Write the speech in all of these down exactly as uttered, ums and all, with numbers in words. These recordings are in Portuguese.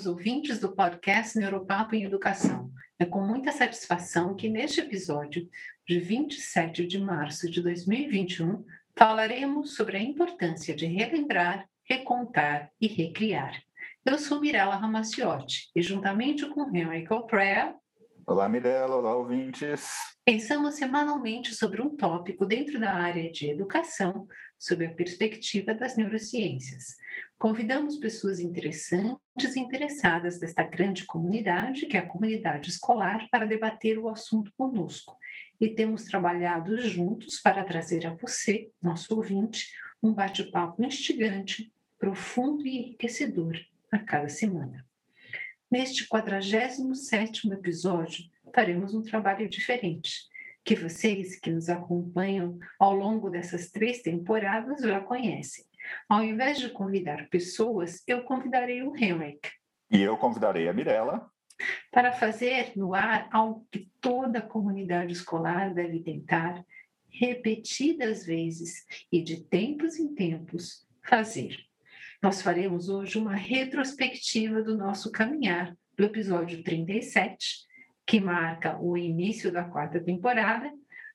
ouvintes do podcast Neuropapo em Educação. É com muita satisfação que neste episódio, de vinte e sete de março de dois mil e vinte e um, falaremos sobre a importância de relembrar, recontar e recriar. Eu sou Mirella Ramacciotti e, juntamente com Henry Colprea... Olá, Mirella. Olá, ouvintes. Pensamos semanalmente sobre um tópico dentro da área de educação, sob a perspectiva das neurociências. Convidamos pessoas interessantes e interessadas desta grande comunidade, que é a comunidade escolar, para debater o assunto conosco. E temos trabalhado juntos para trazer a você, nosso ouvinte, um bate-papo instigante, profundo e enriquecedor a cada semana. Neste quadragésimo sétimo episódio, faremos um trabalho diferente, que vocês que nos acompanham ao longo dessas três temporadas já conhecem. Ao invés de convidar pessoas, eu convidarei o Henrik. E eu convidarei a Mirella. Para fazer no ar algo que toda a comunidade escolar deve tentar, repetidas vezes e de tempos em tempos, fazer. Nós faremos hoje uma retrospectiva do nosso caminhar do episódio trinta e sete, que marca o início da quarta temporada,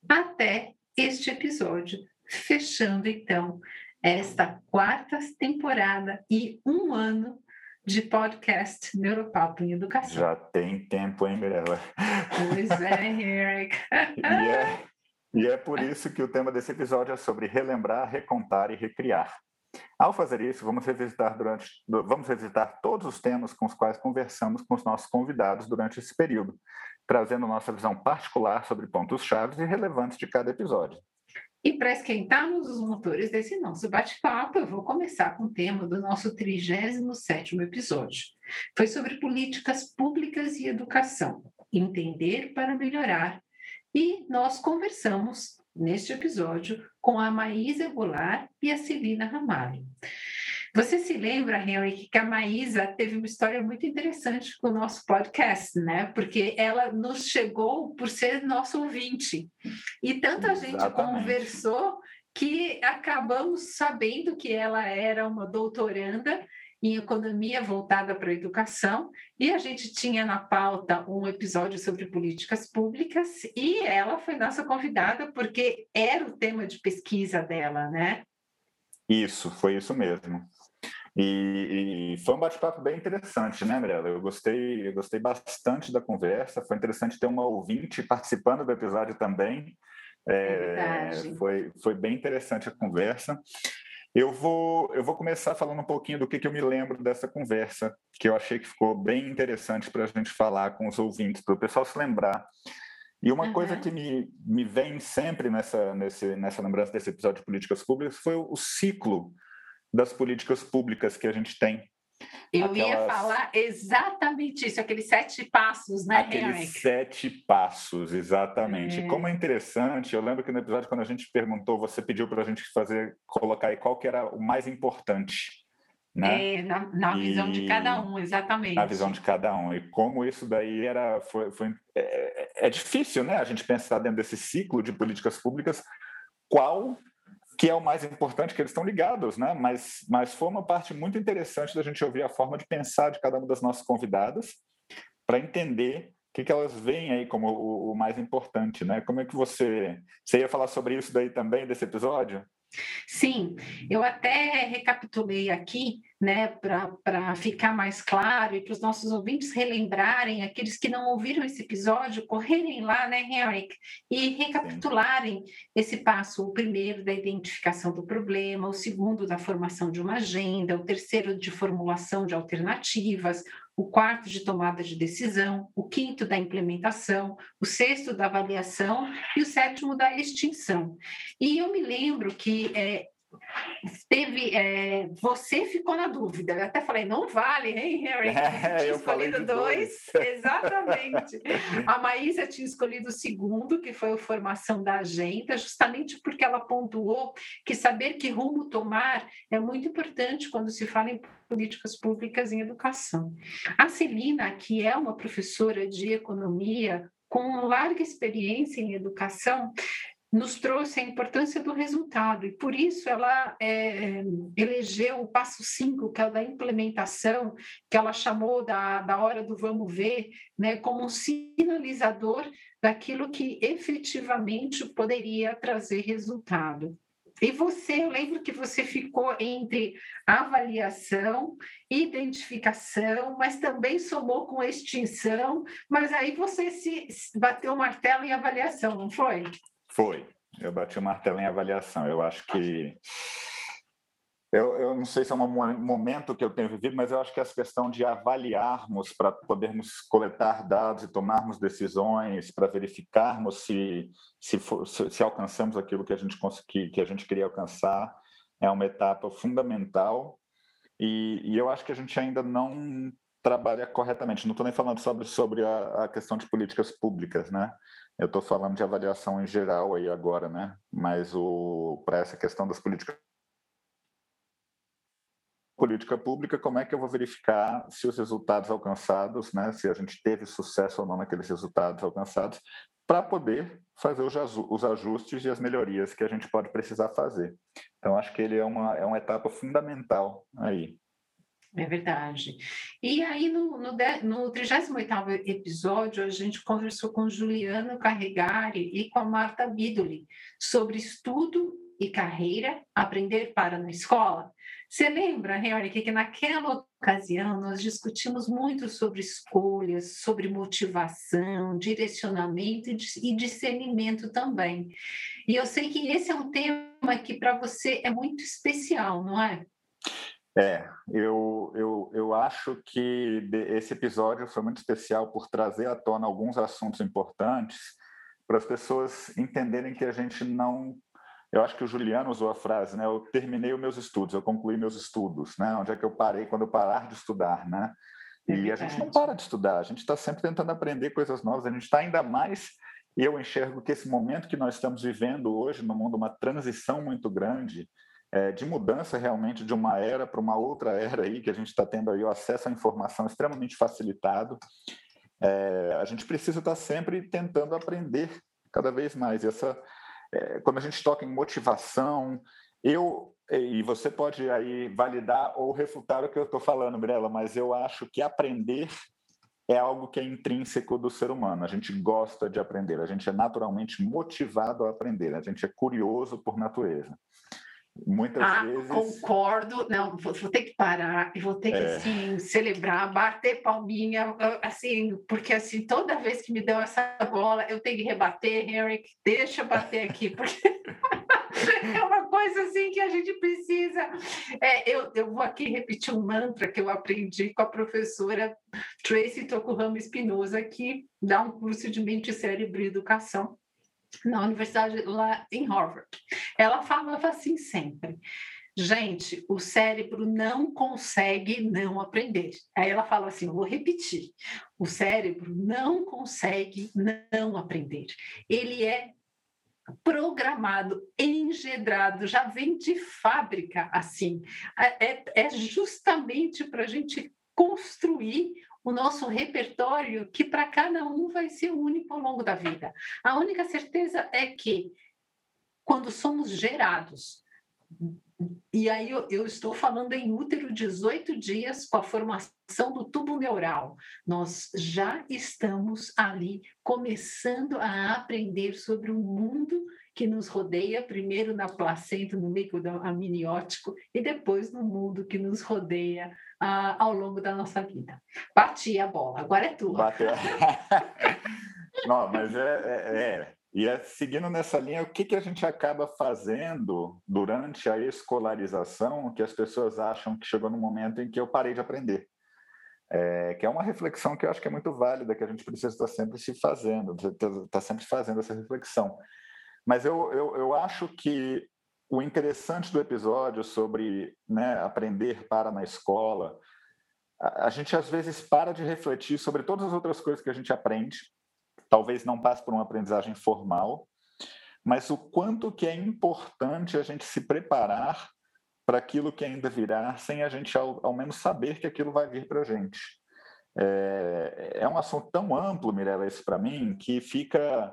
até este episódio, fechando então esta quarta temporada e um ano de podcast Neuropapo em Educação. Já tem tempo, hein, Mirella? Pois é, Henrik. e, é, e é por isso que o tema desse episódio é sobre relembrar, recontar e recriar. Ao fazer isso, vamos revisitar, durante, vamos revisitar todos os temas com os quais conversamos com os nossos convidados durante esse período, trazendo nossa visão particular sobre pontos chaves e relevantes de cada episódio. E para esquentarmos os motores desse nosso bate-papo, eu vou começar com o tema do nosso trigésimo sétimo episódio. Foi sobre políticas públicas e educação, entender para melhorar. E nós conversamos neste episódio com a Maísa Goulart e a Celina Ramalho. Você se lembra, Henry, que a Maísa teve uma história muito interessante com o nosso podcast, né? Porque ela nos chegou por ser nosso ouvinte. E tanta Exatamente. gente conversou que acabamos sabendo que ela era uma doutoranda em economia voltada para a educação, e a gente tinha na pauta um episódio sobre políticas públicas, e ela foi nossa convidada porque era o tema de pesquisa dela, né? Isso, foi isso mesmo. E, e foi um bate-papo bem interessante, né, Mirella? Eu gostei, eu gostei bastante da conversa, foi interessante ter uma ouvinte participando do episódio também. É, é verdade. Foi, foi bem interessante a conversa. Eu vou, eu vou começar falando um pouquinho do que, que eu me lembro dessa conversa, que eu achei que ficou bem interessante para a gente falar com os ouvintes, para o pessoal se lembrar. E uma uhum. coisa que me, me vem sempre nessa, nesse, nessa lembrança desse episódio de políticas públicas foi o, o ciclo das políticas públicas que a gente tem. Eu Aquelas... ia falar exatamente isso, aqueles sete passos, né, Aqueles Henrik? sete passos, exatamente. É. E como é interessante, eu lembro que no episódio, quando a gente perguntou, você pediu para a gente fazer, colocar aí qual que era o mais importante, né? É, na, na e... visão de cada um, exatamente. Na visão de cada um. E como isso daí era... Foi, foi, é, é difícil, né, a gente pensar dentro desse ciclo de políticas públicas qual... que é o mais importante, que eles estão ligados, né? Mas, mas foi uma parte muito interessante da gente ouvir a forma de pensar de cada uma das nossas convidadas para entender o que, que elas veem aí como o, o mais importante, né? Como é que você... Você ia falar sobre isso daí também, desse episódio? Sim, eu até recapitulei aqui, né, para ficar mais claro e para os nossos ouvintes relembrarem, aqueles que não ouviram esse episódio, correrem lá, né, Henrik, e recapitularem Sim. esse passo, o primeiro da identificação do problema, o segundo da formação de uma agenda, o terceiro de formulação de alternativas, o quarto de tomada de decisão, o quinto da implementação, o sexto da avaliação e o sétimo da extinção. E eu me lembro que é, teve, é, você ficou na dúvida, eu até falei, não vale, hein, Henry? É, tinha eu falei de dois. dois. Exatamente. A Maísa tinha escolhido o segundo, que foi a formação da agenda, justamente porque ela pontuou que saber que rumo tomar é muito importante quando se fala em políticas públicas em educação. A Celina, que é uma professora de economia com larga experiência em educação, nos trouxe a importância do resultado, e por isso ela é, elegeu o passo cinco, que é o da implementação, que ela chamou da, da hora do vamos ver, né, como um sinalizador daquilo que efetivamente poderia trazer resultado. E você, eu lembro que você ficou entre avaliação, identificação, mas também somou com extinção, mas aí você se bateu o martelo em avaliação, não foi? Foi. Eu bati o martelo em avaliação. Eu acho que... Eu, eu não sei se é um momento que eu tenho vivido, mas eu acho que essa questão de avaliarmos para podermos coletar dados e tomarmos decisões, para verificarmos se, se, for, se, se alcançamos aquilo que a gente que, que a gente queria alcançar, é uma etapa fundamental. E, e eu acho que a gente ainda não trabalha corretamente. Não estou nem falando sobre, sobre a, a questão de políticas públicas, né? Eu estou falando de avaliação em geral aí agora, né? Mas para essa questão das políticas política pública, como é que eu vou verificar se os resultados alcançados, né? Se a gente teve sucesso ou não naqueles resultados alcançados, para poder fazer os ajustes e as melhorias que a gente pode precisar fazer. Então, acho que ele é uma, é uma etapa fundamental aí. É verdade. E aí, no, no, no trigésimo oitavo episódio, a gente conversou com Juliano Carregari e com a Marta Bidoli sobre estudo e carreira, aprender para na escola. Você lembra, Henrique, que naquela ocasião nós discutimos muito sobre escolhas, sobre motivação, direcionamento e discernimento também. E eu sei que esse é um tema que para você é muito especial, não é? É, eu, eu, eu acho que esse episódio foi muito especial por trazer à tona alguns assuntos importantes para as pessoas entenderem que a gente não... Eu acho que o Juliano usou a frase, né? Eu terminei os meus estudos, eu concluí meus estudos, né? Onde é que eu parei quando eu parar de estudar, né? E a gente não para de estudar, a gente está sempre tentando aprender coisas novas, a gente está ainda mais... E eu enxergo que esse momento que nós estamos vivendo hoje no mundo, uma transição muito grande, É, de mudança realmente de uma era para uma outra era aí, que a gente está tendo aí o acesso à informação extremamente facilitado, é, a gente precisa estar sempre tentando aprender cada vez mais. E essa, é, quando a gente toca em motivação, eu, e você pode aí validar ou refutar o que eu estou falando, Mirella, mas eu acho que aprender é algo que é intrínseco do ser humano. A gente gosta de aprender, a gente é naturalmente motivado a aprender, a gente é curioso por natureza. Muitas ah, vezes... Concordo, não, vou, vou ter que parar e vou ter que, é... assim, celebrar, bater palminha, assim, porque, assim, toda vez que me dão essa bola, eu tenho que rebater, Henrique, deixa eu bater aqui, porque é uma coisa, assim, que a gente precisa... É, eu, eu vou aqui repetir um mantra que eu aprendi com a professora Tracy Tokuhama Espinosa, que dá um curso de mente, cérebro e educação na universidade lá em Harvard. Ela falava assim sempre: gente, o cérebro não consegue não aprender. Aí ela fala assim, eu vou repetir, o cérebro não consegue não aprender. Ele é programado, engedrado, já vem de fábrica assim. É, é justamente para a gente construir o nosso repertório, que para cada um vai ser único ao longo da vida. A única certeza é que, quando somos gerados, e aí eu, eu estou falando em útero, dezoito dias, com a formação do tubo neural, nós já estamos ali começando a aprender sobre o mundo que nos rodeia, primeiro na placenta, no líquido amniótico, e depois no mundo que nos rodeia ah, ao longo da nossa vida. Bati a bola, agora é tua. Bateu. Não, mas é, é, é. E é, seguindo nessa linha, o que, que a gente acaba fazendo durante a escolarização que as pessoas acham que chegou no momento em que eu parei de aprender? É, que é uma reflexão que eu acho que é muito válida, que a gente precisa estar sempre se fazendo, estar sempre fazendo essa reflexão. Mas eu, eu, eu acho que o interessante do episódio sobre, né, aprender para na escola, a, a gente às vezes para de refletir sobre todas as outras coisas que a gente aprende, talvez não passe por uma aprendizagem formal, mas o quanto que é importante a gente se preparar para aquilo que ainda virá, sem a gente ao, ao menos saber que aquilo vai vir para a gente. É, é um assunto tão amplo, Mirella, esse para mim, que fica...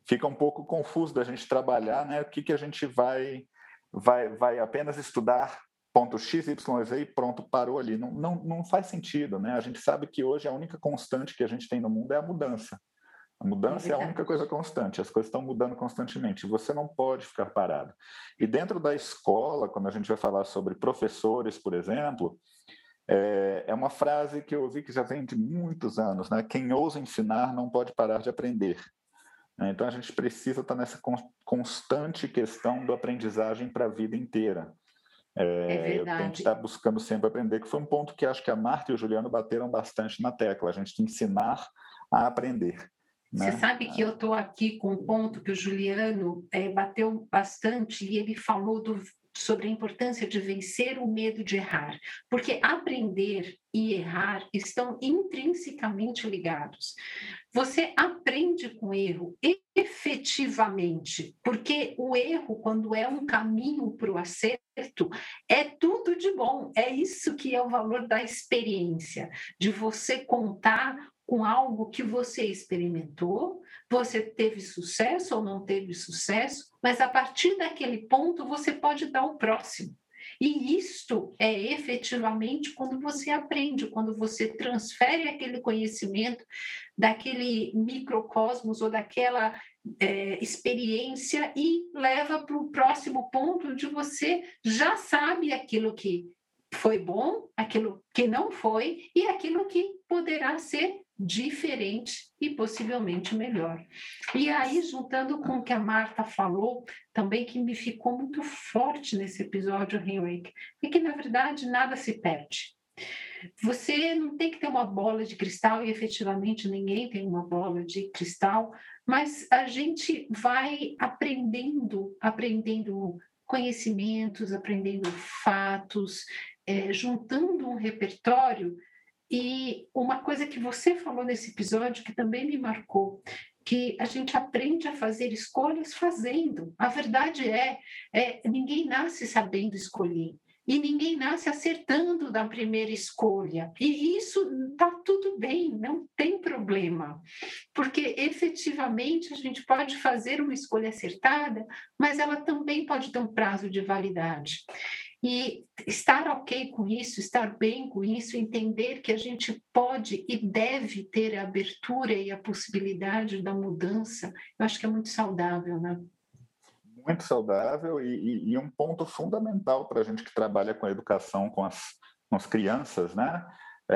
fica um pouco confuso da gente trabalhar, né? O que, que a gente vai, vai, vai apenas estudar ponto X, Y, Z e pronto, parou ali. Não, não, não faz sentido, né? A gente sabe que hoje a única constante que a gente tem no mundo é a mudança. A mudança é, é a única coisa constante, as coisas estão mudando constantemente, você não pode ficar parado. E dentro da escola, quando a gente vai falar sobre professores, por exemplo, é, é uma frase que eu ouvi que já vem de muitos anos, né? Quem ousa ensinar não pode parar de aprender. Então, a gente precisa estar nessa constante questão da aprendizagem para a vida inteira. É, é verdade. Eu tenho que estar buscando sempre aprender, que foi um ponto que acho que a Marta e o Juliano bateram bastante na tecla, a gente tem que ensinar a aprender. Você Né? sabe que eu estou aqui com um ponto que o Juliano é, bateu bastante e ele falou do, sobre a importância de vencer o medo de errar, porque aprender e errar estão intrinsecamente ligados. Você aprende com erro efetivamente, porque o erro, quando é um caminho para o acerto, é tudo de bom. É isso que é o valor da experiência, de você contar com algo que você experimentou, você teve sucesso ou não teve sucesso, mas a partir daquele ponto você pode dar o próximo. E isto é efetivamente quando você aprende, quando você transfere aquele conhecimento daquele microcosmos ou daquela é, experiência e leva para o próximo ponto onde você já sabe aquilo que foi bom, aquilo que não foi e aquilo que poderá ser diferente e possivelmente melhor. E aí, juntando com o que a Marta falou, também que me ficou muito forte nesse episódio, Henrik, é que, na verdade, nada se perde. Você não tem que ter uma bola de cristal, e efetivamente ninguém tem uma bola de cristal, mas a gente vai aprendendo, aprendendo conhecimentos, aprendendo fatos, é, juntando um repertório. E uma coisa que você falou nesse episódio que também me marcou, que a gente aprende a fazer escolhas fazendo. A verdade é, é ninguém nasce sabendo escolher. E ninguém nasce acertando da primeira escolha. E isso está tudo bem, não tem problema. Porque, efetivamente, a gente pode fazer uma escolha acertada, mas ela também pode ter um prazo de validade. E estar ok com isso, estar bem com isso, entender que a gente pode e deve ter a abertura e a possibilidade da mudança, eu acho que é muito saudável, né? Muito saudável e, e, e um ponto fundamental para a gente que trabalha com a educação, com as, com as crianças, né?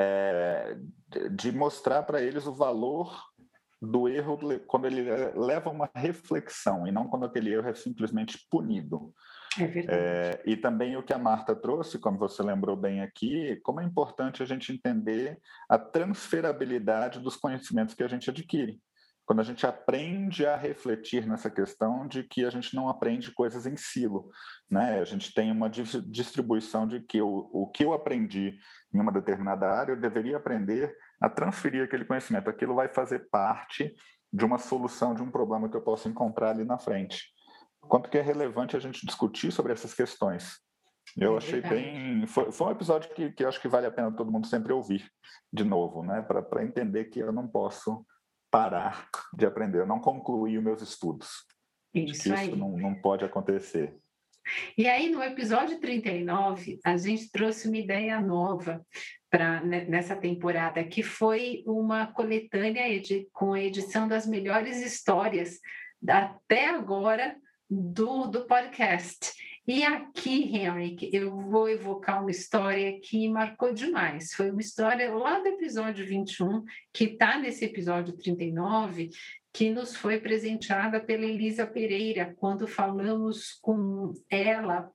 É, de mostrar para eles o valor do erro quando ele leva uma reflexão e não quando aquele erro é simplesmente punido. É verdade. É, e também o que a Marta trouxe, como você lembrou bem aqui, como é importante a gente entender a transferabilidade dos conhecimentos que a gente adquire. Quando a gente aprende a refletir nessa questão de que a gente não aprende coisas em silo, né? A gente tem uma distribuição de que o, o que eu aprendi em uma determinada área, eu deveria aprender a transferir aquele conhecimento. Aquilo vai fazer parte de uma solução de um problema que eu posso encontrar ali na frente. Quanto que é relevante a gente discutir sobre essas questões. Eu é achei verdade. bem... Foi, foi um episódio que, que eu acho que vale a pena todo mundo sempre ouvir de novo, né? Para entender que eu não posso parar de aprender, eu não concluí os meus estudos. Isso, que aí. Isso não, não pode acontecer. E aí, no episódio trinta e nove, a gente trouxe uma ideia nova pra, nessa temporada, que foi uma coletânea com a edição das melhores histórias até agora do, do podcast. E aqui, Henrik, eu vou evocar uma história que marcou demais. Foi uma história lá do episódio vinte e um, que está nesse episódio trinta e nove, que nos foi presenteada pela Elisa Pereira, quando falamos com ela,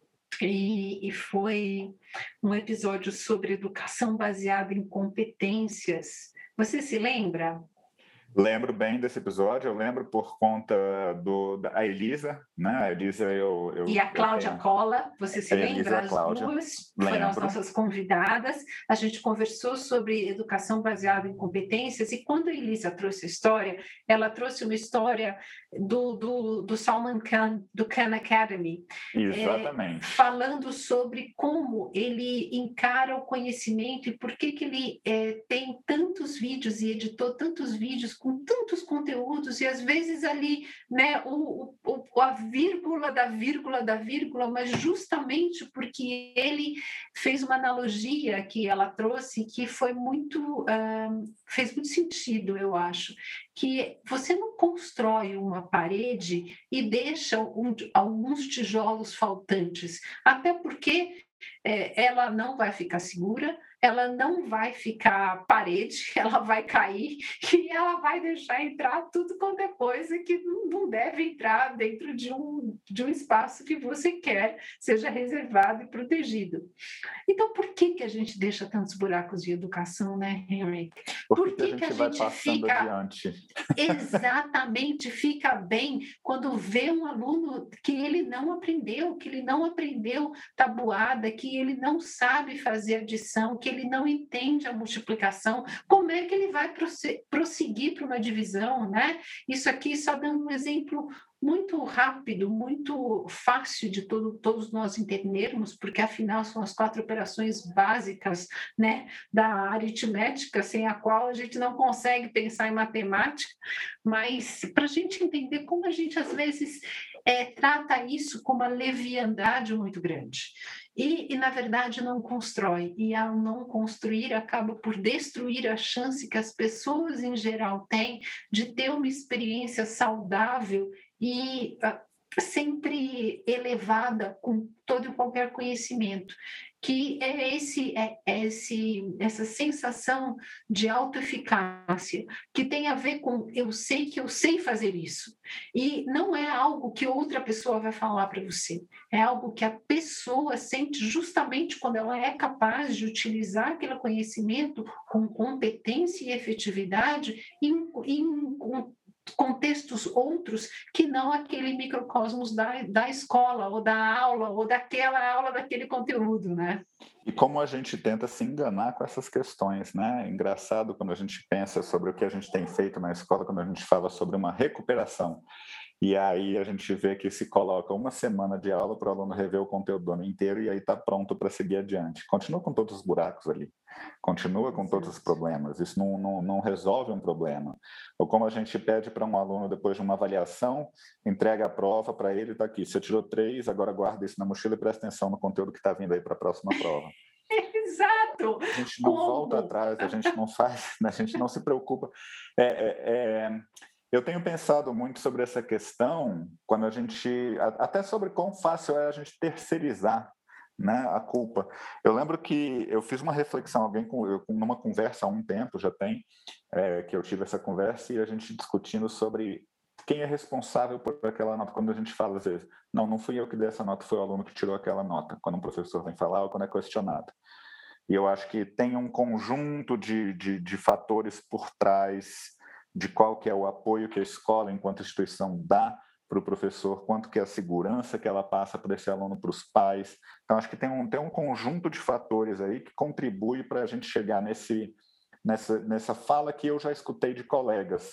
e, e foi um episódio sobre educação baseada em competências. Você se lembra? Lembro bem desse episódio, eu lembro por conta do, da a Elisa, né? A Elisa, eu, eu E a Cláudia tenho... Cola, você se a lembra? Elisa, As Cláudia. duas Lembro. foram as nossas convidadas. A gente conversou sobre educação baseada em competências e quando a Elisa trouxe a história, ela trouxe uma história do, do, do Salman Khan, do Khan Academy. Exatamente. É, falando sobre como ele encara o conhecimento e por que, que ele é, tem tantos vídeos e editou tantos vídeos com com tantos conteúdos, e às vezes ali, né, o, o, a vírgula da vírgula da vírgula, mas justamente porque ele fez uma analogia que ela trouxe que foi muito, uh, fez muito sentido, eu acho, que você não constrói uma parede e deixa um, alguns tijolos faltantes, até porque é, ela não vai ficar segura, ela não vai ficar parede, ela vai cair e ela vai deixar entrar tudo quanto é coisa que não deve entrar dentro de um, de um espaço que você quer seja reservado e protegido. Então, por que, que a gente deixa tantos buracos de educação, né, Henry? Por que, que a gente, que a gente vai passando fica... adiante? Exatamente, fica bem quando vê um aluno que ele não aprendeu, que ele não aprendeu tabuada, que ele não sabe fazer adição, que ele não entende a multiplicação, como é que ele vai prosseguir para uma divisão, né? Isso aqui só dando um exemplo muito rápido, muito fácil de todo, todos nós entendermos, porque afinal são as quatro operações básicas, né, da aritmética, sem a qual a gente não consegue pensar em matemática, mas para a gente entender como a gente às vezes é, trata isso com uma leviandade muito grande. E, e, na verdade, não constrói. E, ao não construir, acaba por destruir a chance que as pessoas, em geral, têm de ter uma experiência saudável e uh, sempre elevada com todo e qualquer conhecimento, que é, esse, é, é esse, essa sensação de autoeficácia, que tem a ver com eu sei que eu sei fazer isso, e não é algo que outra pessoa vai falar para você, é algo que a pessoa sente justamente quando ela é capaz de utilizar aquele conhecimento com competência e efetividade em, em, contextos outros que não aquele microcosmos da, da escola, ou da aula, ou daquela aula, daquele conteúdo, né? E como a gente tenta se enganar com essas questões, né? É engraçado quando a gente pensa sobre o que a gente tem feito na escola, quando a gente fala sobre uma recuperação. E aí a gente vê que se coloca uma semana de aula para o aluno rever o conteúdo do ano inteiro e aí está pronto para seguir adiante. Continua com todos os buracos ali, continua com todos os problemas, isso não, não, não resolve um problema. Ou como a gente pede para um aluno, depois de uma avaliação, entrega a prova para ele, está aqui, você tirou três, agora guarda isso na mochila e presta atenção no conteúdo que está vindo aí para a próxima prova. Exato! A gente não Como? volta atrás, a gente não faz, a gente não se preocupa. É, é, é... Eu tenho pensado muito sobre essa questão, quando a gente, até sobre quão fácil é a gente terceirizar, né, a culpa. Eu lembro que eu fiz uma reflexão, alguém com, eu, numa conversa há um tempo, já tem, é, que eu tive essa conversa e a gente discutindo sobre quem é responsável por aquela nota. Quando a gente fala às vezes, não, não fui eu que dei essa nota, foi o aluno que tirou aquela nota, quando um professor vem falar ou quando é questionado. E eu acho que tem um conjunto de, de, de fatores por trás de qual que é o apoio que a escola, enquanto instituição, dá para o professor, quanto que é a segurança que ela passa para esse aluno, para os pais. Então, acho que tem um, tem um conjunto de fatores aí que contribui para a gente chegar nesse, nessa, nessa fala que eu já escutei de colegas,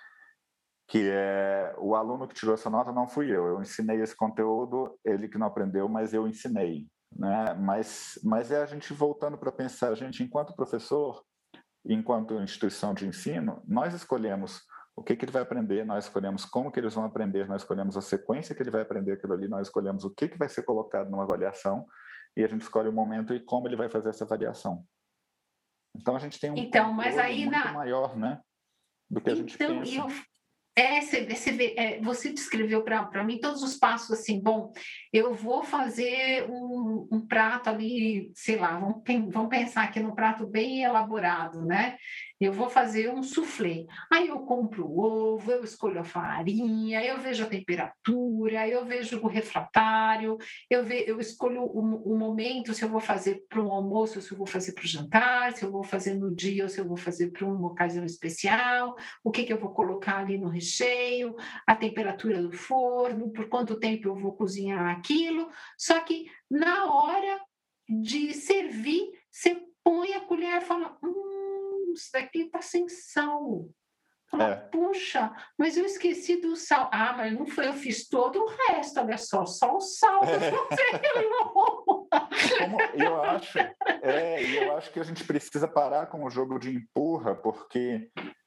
que é o aluno que tirou essa nota não fui eu, eu ensinei esse conteúdo, ele que não aprendeu, mas eu ensinei. Né? Mas, mas é a gente voltando para pensar, a gente, enquanto professor, enquanto instituição de ensino, nós escolhemos o que, que ele vai aprender, nós escolhemos como que eles vão aprender, nós escolhemos a sequência que ele vai aprender aquilo ali, nós escolhemos o que, que vai ser colocado numa avaliação e a gente escolhe o momento e como ele vai fazer essa avaliação. Então, a gente tem um então, mas aí muito na... maior, né, do que a gente então, pensa. Eu... É, você, você, é, você descreveu para mim todos os passos assim, bom, eu vou fazer um, um prato ali, sei lá, vamos, vamos pensar aqui num prato bem elaborado, né? Eu vou fazer um soufflé. Aí eu compro o ovo, eu escolho a farinha, eu vejo a temperatura, eu vejo o refratário, eu, ve, eu escolho o, o momento, se eu vou fazer para o almoço, se eu vou fazer para o jantar, se eu vou fazer no dia ou se eu vou fazer para uma ocasião especial, o que, que eu vou colocar ali no recheio, a temperatura do forno, por quanto tempo eu vou cozinhar aquilo. Só que na hora de servir, você põe a colher e fala, hum, isso daqui está sem sal. Fala, é. Puxa, mas eu esqueci do sal. Ah, mas não foi, eu fiz todo o resto, olha só, só o sal que é. você errou. Como eu acho, é, eu acho que a gente precisa parar com o jogo de empurra, porque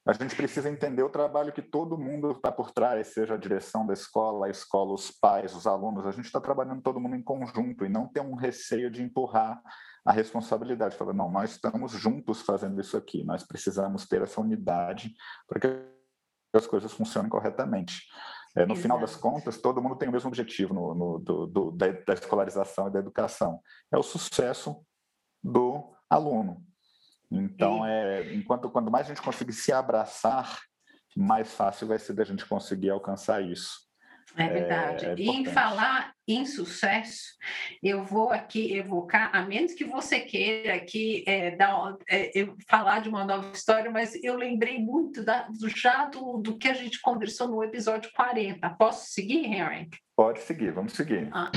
a gente precisa entender o trabalho que todo mundo está por trás, seja a direção da escola, a escola, os pais, os alunos. A gente está trabalhando todo mundo em conjunto e não ter um receio de empurrar a responsabilidade. Falar, não, nós estamos juntos fazendo isso aqui, nós precisamos ter essa unidade para que as coisas funcionem corretamente. É, no Exato. Final das contas, todo mundo tem o mesmo objetivo no, no, do, do, da, da escolarização e da educação. É o sucesso do aluno. Então, é, enquanto quanto mais a gente conseguir se abraçar, mais fácil vai ser da gente conseguir alcançar isso. É verdade. É, é e em falar em sucesso, eu vou aqui evocar, a menos que você queira aqui é, dar, é, eu falar de uma nova história, mas eu lembrei muito da, do, já do, do que a gente conversou no episódio quarenta. Posso seguir, Henry? Pode seguir, vamos seguir. Ah.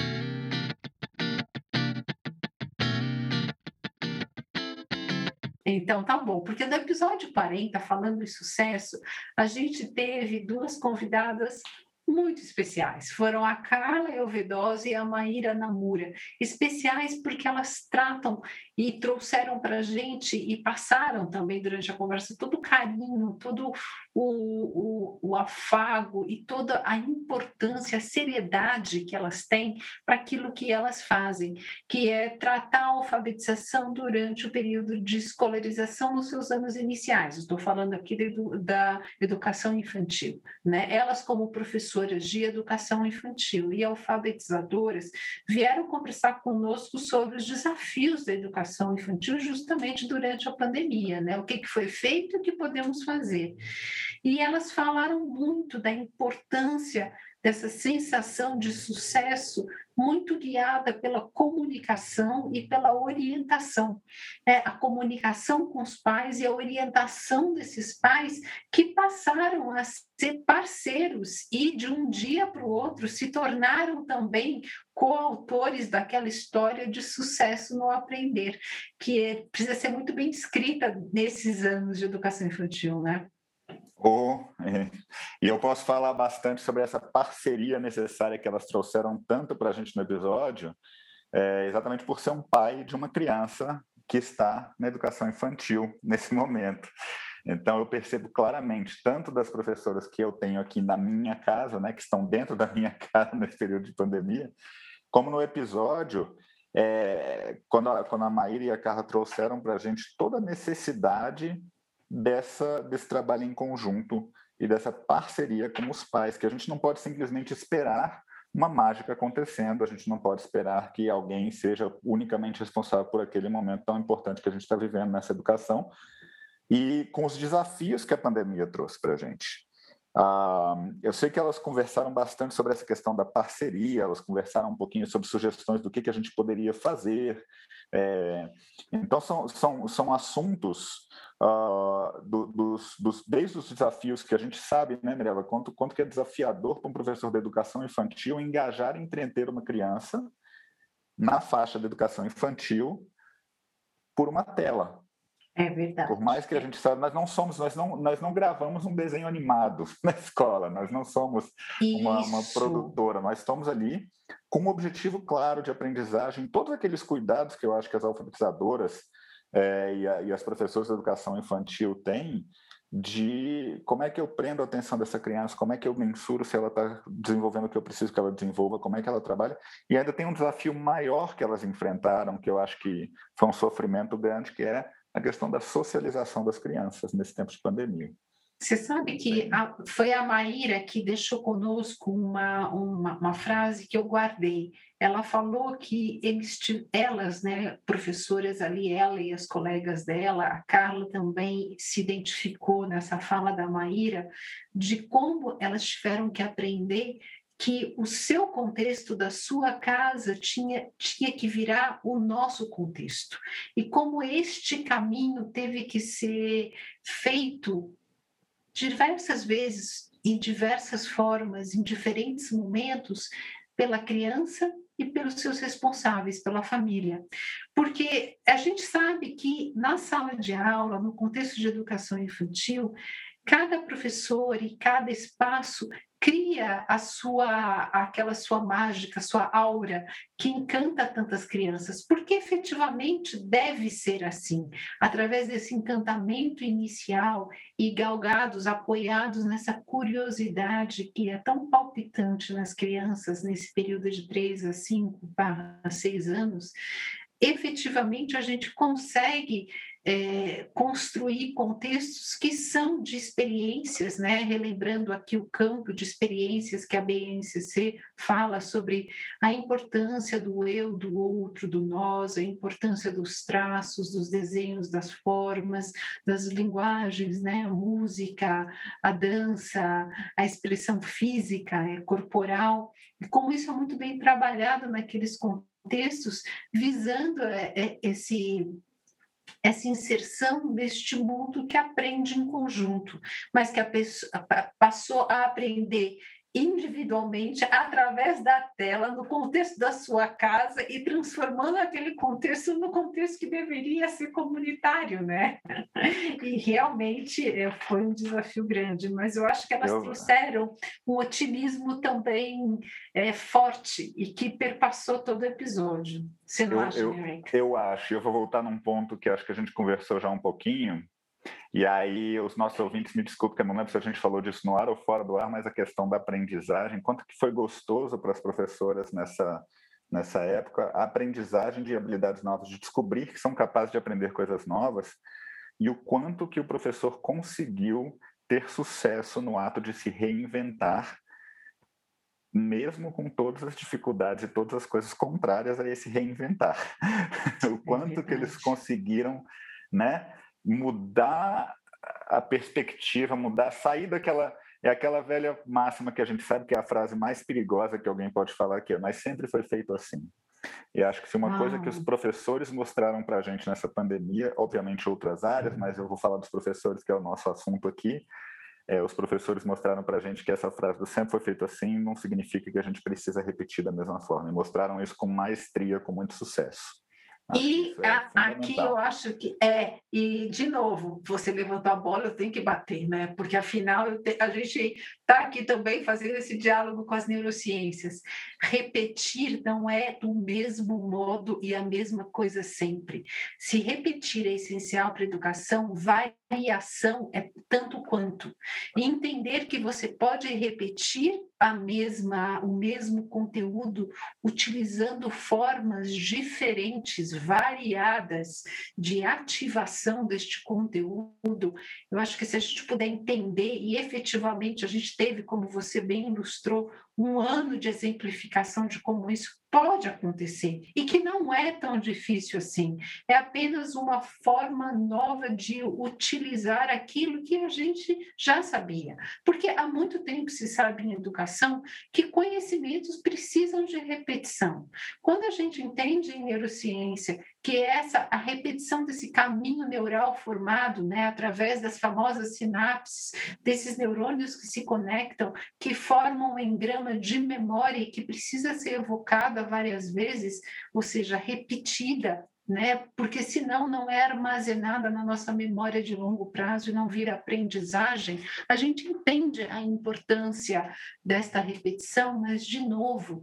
Então, tá bom, porque no episódio quarenta, falando em sucesso, a gente teve duas convidadas muito especiais. Foram a Carla Elvedose e a Maíra Namura. Especiais porque elas tratam e trouxeram para a gente e passaram também durante a conversa todo o carinho, todo o, o, o afago e toda a importância, a seriedade que elas têm para aquilo que elas fazem, que é tratar a alfabetização durante o período de escolarização nos seus anos iniciais. Estou falando aqui de, da educação infantil, né? Elas, como professoras de educação infantil e alfabetizadoras, vieram conversar conosco sobre os desafios da educação infantil justamente durante a pandemia, né? O que, que foi feito e o que podemos fazer. E elas falaram muito da importância dessa sensação de sucesso muito guiada pela comunicação e pela orientação. É, a comunicação com os pais e a orientação desses pais que passaram a ser parceiros e, de um dia para o outro, se tornaram também coautores daquela história de sucesso no aprender, que é, precisa ser muito bem escrita nesses anos de educação infantil, né? Oh, é. E eu posso falar bastante sobre essa parceria necessária que elas trouxeram tanto para a gente no episódio, é, exatamente por ser um pai de uma criança que está na educação infantil nesse momento. Então, eu percebo claramente, tanto das professoras que eu tenho aqui na minha casa, né, que estão dentro da minha casa nesse período de pandemia, como no episódio, é, quando, a, quando a Maíra e a Carla trouxeram para a gente toda a necessidade Dessa, desse trabalho em conjunto e dessa parceria com os pais, que a gente não pode simplesmente esperar uma mágica acontecendo, a gente não pode esperar que alguém seja unicamente responsável por aquele momento tão importante que a gente está vivendo nessa educação e com os desafios que a pandemia trouxe para a gente. Ah, eu sei que elas conversaram bastante sobre essa questão da parceria, elas conversaram um pouquinho sobre sugestões do que, que a gente poderia fazer. É, então, são, são, são assuntos uh, do, dos, dos, desde os desafios que a gente sabe, né, Mirella, quanto, quanto que é desafiador para um professor de educação infantil engajar e entreter uma criança na faixa de educação infantil por uma tela. É verdade. Por mais que a gente saiba, nós não somos, nós não, nós não gravamos um desenho animado na escola, nós não somos uma, uma produtora, nós estamos ali com um objetivo claro de aprendizagem, todos aqueles cuidados que eu acho que as alfabetizadoras é, e, a, e as professoras de educação infantil têm de como é que eu prendo a atenção dessa criança, como é que eu mensuro se ela está desenvolvendo o que eu preciso que ela desenvolva, como é que ela trabalha. E ainda tem um desafio maior que elas enfrentaram, que eu acho que foi um sofrimento grande, que é a questão da socialização das crianças nesse tempo de pandemia. Você sabe que a, foi a Maíra que deixou conosco uma, uma, uma frase que eu guardei. Ela falou que eles, elas, né, professoras ali, ela e as colegas dela, a Carla também se identificou nessa fala da Maíra, de como elas tiveram que aprender que o seu contexto da sua casa tinha, tinha que virar o nosso contexto. E como este caminho teve que ser feito diversas vezes, em diversas formas, em diferentes momentos, pela criança e pelos seus responsáveis, pela família. Porque a gente sabe que na sala de aula, no contexto de educação infantil, cada professor e cada espaço cria a sua, aquela sua mágica, a sua aura que encanta tantas crianças, porque efetivamente deve ser assim, através desse encantamento inicial e galgados, apoiados nessa curiosidade que é tão palpitante nas crianças nesse período de três a cinco a seis anos, efetivamente a gente consegue é, construir contextos que são de experiências, né? Relembrando aqui o campo de experiências que a B N C C fala sobre a importância do eu, do outro, do nós, a importância dos traços, dos desenhos, das formas, das linguagens, né? A música, a dança, a expressão física, é, corporal, e como isso é muito bem trabalhado naqueles contextos, visando esse essa inserção neste mundo que aprende em conjunto, mas que a pessoa passou a aprender individualmente através da tela, no contexto da sua casa e transformando aquele contexto no contexto que deveria ser comunitário, né? E realmente foi um desafio grande, mas eu acho que elas eu... trouxeram um otimismo também é, forte e que perpassou todo o episódio. Você não eu, acha, eu, eu acho. Eu vou voltar num ponto que acho que a gente conversou já um pouquinho, e aí os nossos ouvintes me desculpem, que eu não lembro se a gente falou disso no ar ou fora do ar, mas a questão da aprendizagem, quanto que foi gostoso para as professoras nessa, nessa época, a aprendizagem de habilidades novas, de descobrir que são capazes de aprender coisas novas, e o quanto que o professor conseguiu ter sucesso no ato de se reinventar, mesmo com todas as dificuldades e todas as coisas contrárias a esse reinventar. O quanto é que eles conseguiram, né, mudar a perspectiva, mudar, sair daquela... É aquela velha máxima que a gente sabe que é a frase mais perigosa que alguém pode falar aqui, mas sempre foi feito assim. E acho que se uma ah. coisa que os professores mostraram para a gente nessa pandemia, obviamente outras áreas, mas eu vou falar dos professores, que é o nosso assunto aqui, É, os professores mostraram para a gente que essa frase do sempre foi feito assim não significa que a gente precisa repetir da mesma forma. E mostraram isso com maestria, com muito sucesso. Acho e é a, aqui eu acho que é, e de novo, você levantou a bola, eu tenho que bater, né? Porque afinal te, a gente está aqui também fazendo esse diálogo com as neurociências. Repetir não é do mesmo modo e a mesma coisa sempre. Se repetir é essencial para a educação, variação é tanto quanto. E entender que você pode repetir a mesma, o mesmo conteúdo utilizando formas diferentes, variadas de ativação deste conteúdo. Eu acho que se a gente puder entender, e efetivamente a gente teve, como você bem ilustrou, um ano de exemplificação de como isso pode acontecer e que não é tão difícil assim. É apenas uma forma nova de utilizar aquilo que a gente já sabia. Porque há muito tempo se sabe em educação que conhecimentos precisam de repetição. Quando a gente entende em neurociência que essa a repetição desse caminho neural formado, né, através das famosas sinapses, desses neurônios que se conectam, que formam um engrama de memória e que precisa ser evocada várias vezes, ou seja, repetida, né? Porque senão não é armazenada na nossa memória de longo prazo e não vira aprendizagem. A gente entende a importância desta repetição, mas, de novo,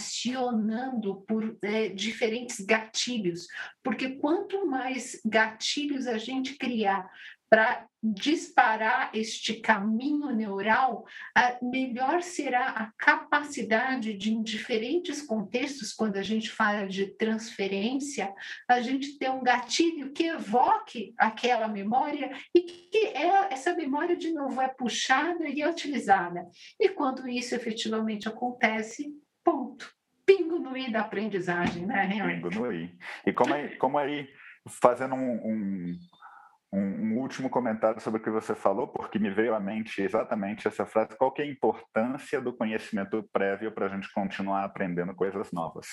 acionando por é, diferentes gatilhos, porque quanto mais gatilhos a gente criar para disparar este caminho neural, melhor será a capacidade de, em diferentes contextos, quando a gente fala de transferência, a gente ter um gatilho que evoque aquela memória e que é, essa memória, de novo, é puxada e é utilizada. E quando isso efetivamente acontece, ponto. Pingo no i da aprendizagem, né, Henry? Pingo no i. E como aí, como aí fazendo um... um... Um último comentário sobre o que você falou, porque me veio à mente exatamente essa frase: qual que é a importância do conhecimento prévio para a gente continuar aprendendo coisas novas?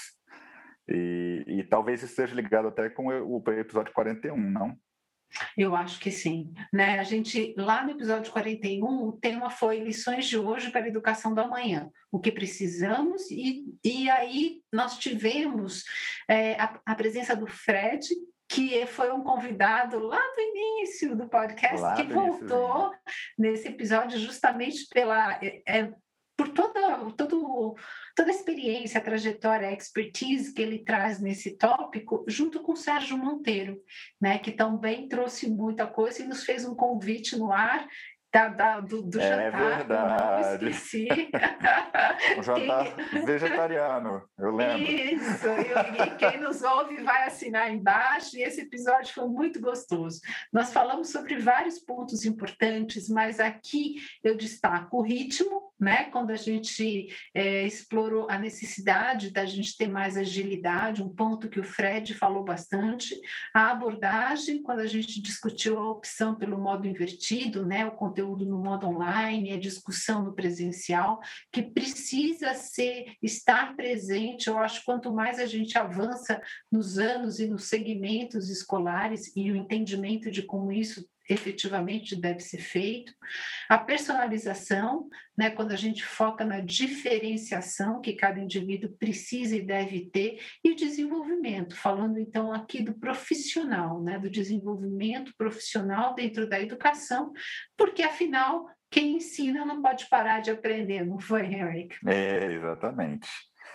E, e talvez isso esteja ligado até com o episódio quarenta e um, não? Eu acho que sim. Né? A gente, lá no episódio quarenta e um, o tema foi lições de hoje para a educação do amanhã. O que precisamos, e, e aí nós tivemos é, a, a presença do Fred, que foi um convidado lá do início do podcast, Lá que do voltou iníciozinho. nesse episódio justamente pela... É, é, por toda, todo, toda a experiência, a trajetória, a expertise que ele traz nesse tópico, junto com o Sérgio Monteiro, né, que também trouxe muita coisa e nos fez um convite no ar da, da, do, do É jantar, eu não verdade. esqueci. Um jantar Quem... vegetariano, eu lembro. Isso, e, e quem nos ouve vai assinar embaixo, e esse episódio foi muito gostoso. Nós falamos sobre vários pontos importantes, mas aqui eu destaco o ritmo, né? Quando a gente é, explorou a necessidade da gente ter mais agilidade, um ponto que o Fred falou bastante, a abordagem, quando a gente discutiu a opção pelo modo invertido, né? O conteúdo no modo online, a discussão no presencial, que precisa ser, estar presente. Eu acho que quanto mais a gente avança nos anos e nos segmentos escolares e o entendimento de como isso efetivamente deve ser feito, a personalização, né, quando a gente foca na diferenciação que cada indivíduo precisa e deve ter, e o desenvolvimento, falando então aqui do profissional, né, do desenvolvimento profissional dentro da educação, porque afinal quem ensina não pode parar de aprender, não foi, Henrique? É, exatamente.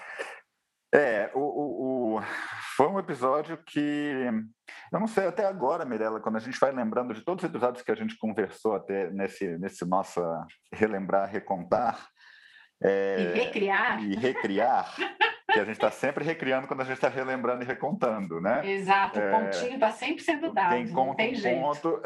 É, o, o, o, foi um episódio que, eu não sei até agora, Mirella, quando a gente vai lembrando de todos os episódios que a gente conversou até nesse, nesse nosso relembrar, recontar, é, e recriar. E recriar, que a gente está sempre recriando quando a gente está relembrando e recontando, né? Exato, o pontinho está é, sempre sendo dado, quem conta não tem um jeito. Ponto.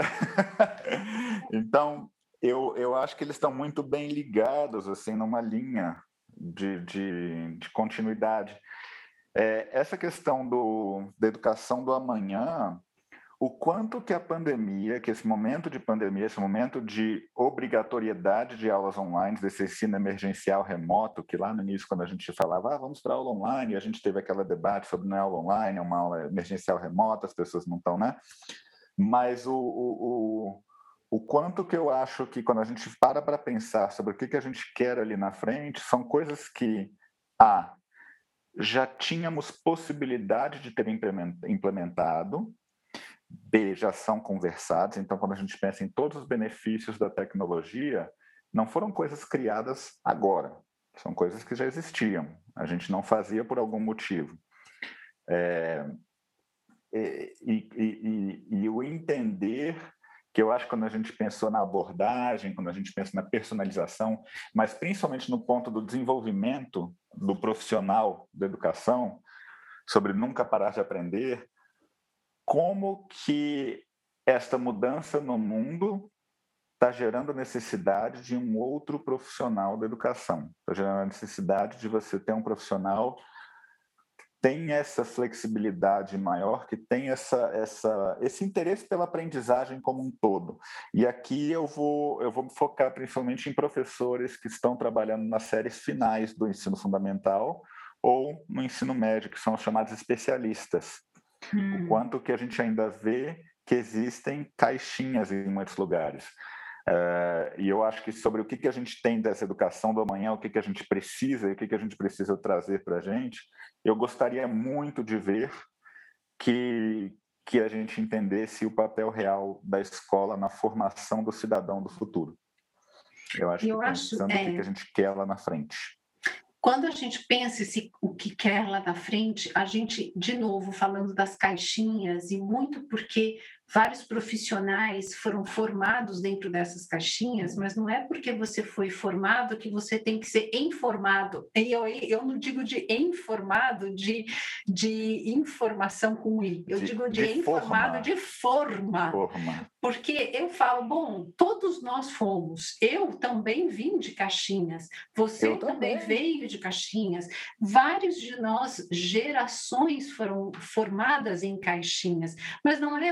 Então, eu, eu acho que eles estão muito bem ligados, assim, numa linha de, de, de continuidade. É, essa questão do, da educação do amanhã, o quanto que a pandemia, que esse momento de pandemia, esse momento de obrigatoriedade de aulas online, desse ensino emergencial remoto, que lá no início, quando a gente falava, ah, vamos para a aula online, a gente teve aquele debate sobre não é aula online, é uma aula emergencial remota, as pessoas não estão, né? Mas o, o, o, o quanto que eu acho que quando a gente para para pensar sobre o que, que a gente quer ali na frente, são coisas que, ah, já tínhamos possibilidade de ter implementado, B, já são conversados. Então, quando a gente pensa em todos os benefícios da tecnologia, não foram coisas criadas agora, são coisas que já existiam, a gente não fazia por algum motivo. É, e, e, e, e o entender, que eu acho que quando a gente pensou na abordagem, quando a gente pensa na personalização, mas principalmente no ponto do desenvolvimento do profissional da educação, sobre nunca parar de aprender, como que esta mudança no mundo está gerando a necessidade de um outro profissional da educação, está gerando a necessidade de você ter um profissional que tem essa flexibilidade maior, que tem essa, essa, esse interesse pela aprendizagem como um todo. E aqui eu vou, eu vou me focar principalmente em professores que estão trabalhando nas séries finais do ensino fundamental ou no ensino médio, que são os chamados especialistas. Hum. O quanto que a gente ainda vê que existem caixinhas em muitos lugares. Uh, e eu acho que sobre o que, que a gente tem dessa educação do amanhã, o que, que a gente precisa e o que, que a gente precisa trazer para a gente, eu gostaria muito de ver que, que a gente entendesse o papel real da escola na formação do cidadão do futuro. Eu acho eu que acho, pensando é... o que, que a gente quer lá na frente. Quando a gente pensa esse, o que quer lá na frente, a gente, de novo, falando das caixinhas, e muito porque vários profissionais foram formados dentro dessas caixinhas, mas não é porque você foi formado que você tem que ser informado. E eu, eu não digo de informado, de, de informação com I. Eu de, digo de, de informado forma. de forma. forma. Porque eu falo, bom, todos nós fomos. Eu também vim de caixinhas. Você eu também, também veio de caixinhas. Vários de nós, gerações foram formadas em caixinhas. Mas não é porque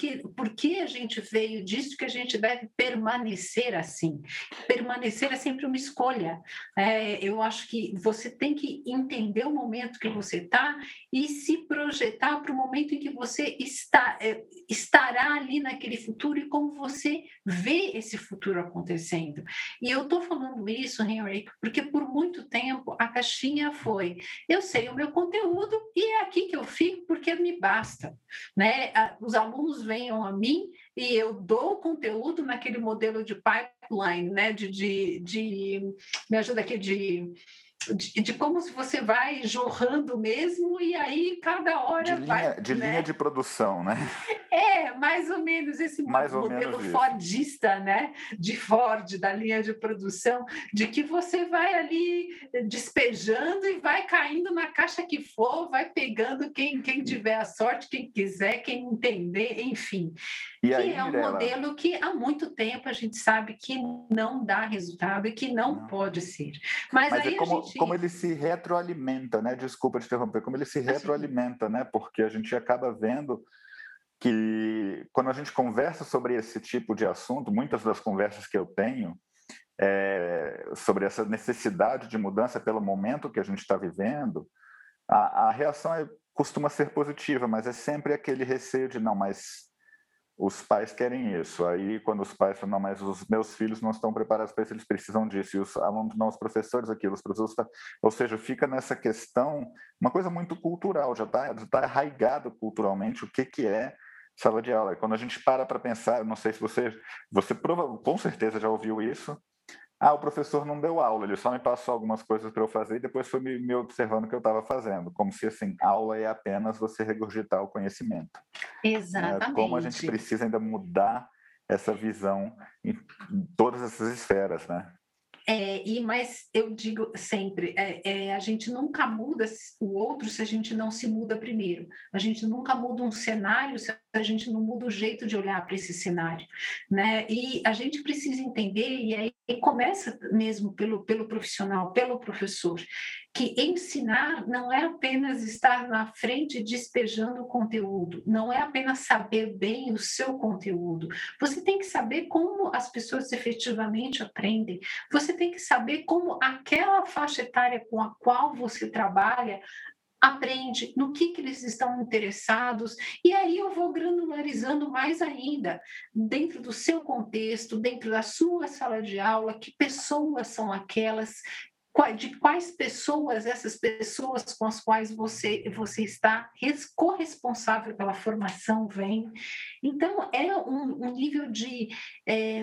que, por que a gente veio disso, que a gente deve permanecer assim. Permanecer é sempre uma escolha. É, eu acho que você tem que entender o momento que você está e se projetar para o momento em que você está, é, estará ali naquele futuro e como você vê esse futuro acontecendo. E eu estou falando isso, Henry, porque por muito tempo a caixinha foi: eu sei o meu conteúdo e é aqui que eu fico porque me basta, né? Os alunos venham a mim e eu dou o conteúdo naquele modelo de pipeline, né? De, de, de me ajuda aqui de De, de como se você vai jorrando mesmo, e aí cada De hora linha, vai, de né? linha de produção, né? É, mais ou menos esse Mais ou modelo menos isso. fordista, né? De Ford, da linha de produção, de que você vai ali despejando e vai caindo na caixa que for, vai pegando quem, quem tiver a sorte, quem quiser, quem entender, enfim. E Que aí, é um Mirella? modelo que há muito tempo a gente sabe que não dá resultado e que não Não. pode ser. Mas, Mas é aí a como, gente... como ele se retroalimenta, né? Desculpa te interromper, como ele se Assim, retroalimenta, né? Porque a gente acaba vendo que quando a gente conversa sobre esse tipo de assunto, muitas das conversas que eu tenho é, sobre essa necessidade de mudança pelo momento que a gente está vivendo, a, a reação é, costuma ser positiva, mas é sempre aquele receio de não, mas os pais querem isso. Aí, quando os pais falam, não, mas os meus filhos não estão preparados para isso, eles precisam disso. E os alunos, não, os professores aquilo, os professores... Tá... Ou seja, fica nessa questão, uma coisa muito cultural, já está já tá arraigado culturalmente o que, que é sala de aula. E quando a gente para para pensar, não sei se você... Você prova, com certeza já ouviu isso. Ah, o professor não deu aula, ele só me passou algumas coisas para eu fazer e depois foi me, me observando o que eu estava fazendo. Como se, assim, aula é apenas você regurgitar o conhecimento. Né? Como a gente exatamente. precisa ainda mudar essa visão em todas essas esferas, né? É, e mas eu digo sempre, é, é, a gente nunca muda o outro se a gente não se muda primeiro. A gente nunca muda um cenário se a gente não muda o jeito de olhar para esse cenário, né? E a gente precisa entender, e aí começa mesmo pelo, pelo profissional, pelo professor, que ensinar não é apenas estar na frente despejando o conteúdo, não é apenas saber bem o seu conteúdo. Você tem que saber como as pessoas efetivamente aprendem. Você tem que saber como aquela faixa etária com a qual você trabalha aprende, no que, que eles estão interessados, e aí eu vou granularizando mais ainda, dentro do seu contexto, dentro da sua sala de aula, que pessoas são aquelas, de quais pessoas, essas pessoas com as quais você, você está corresponsável pela formação vem. Então, é um, um nível de... É,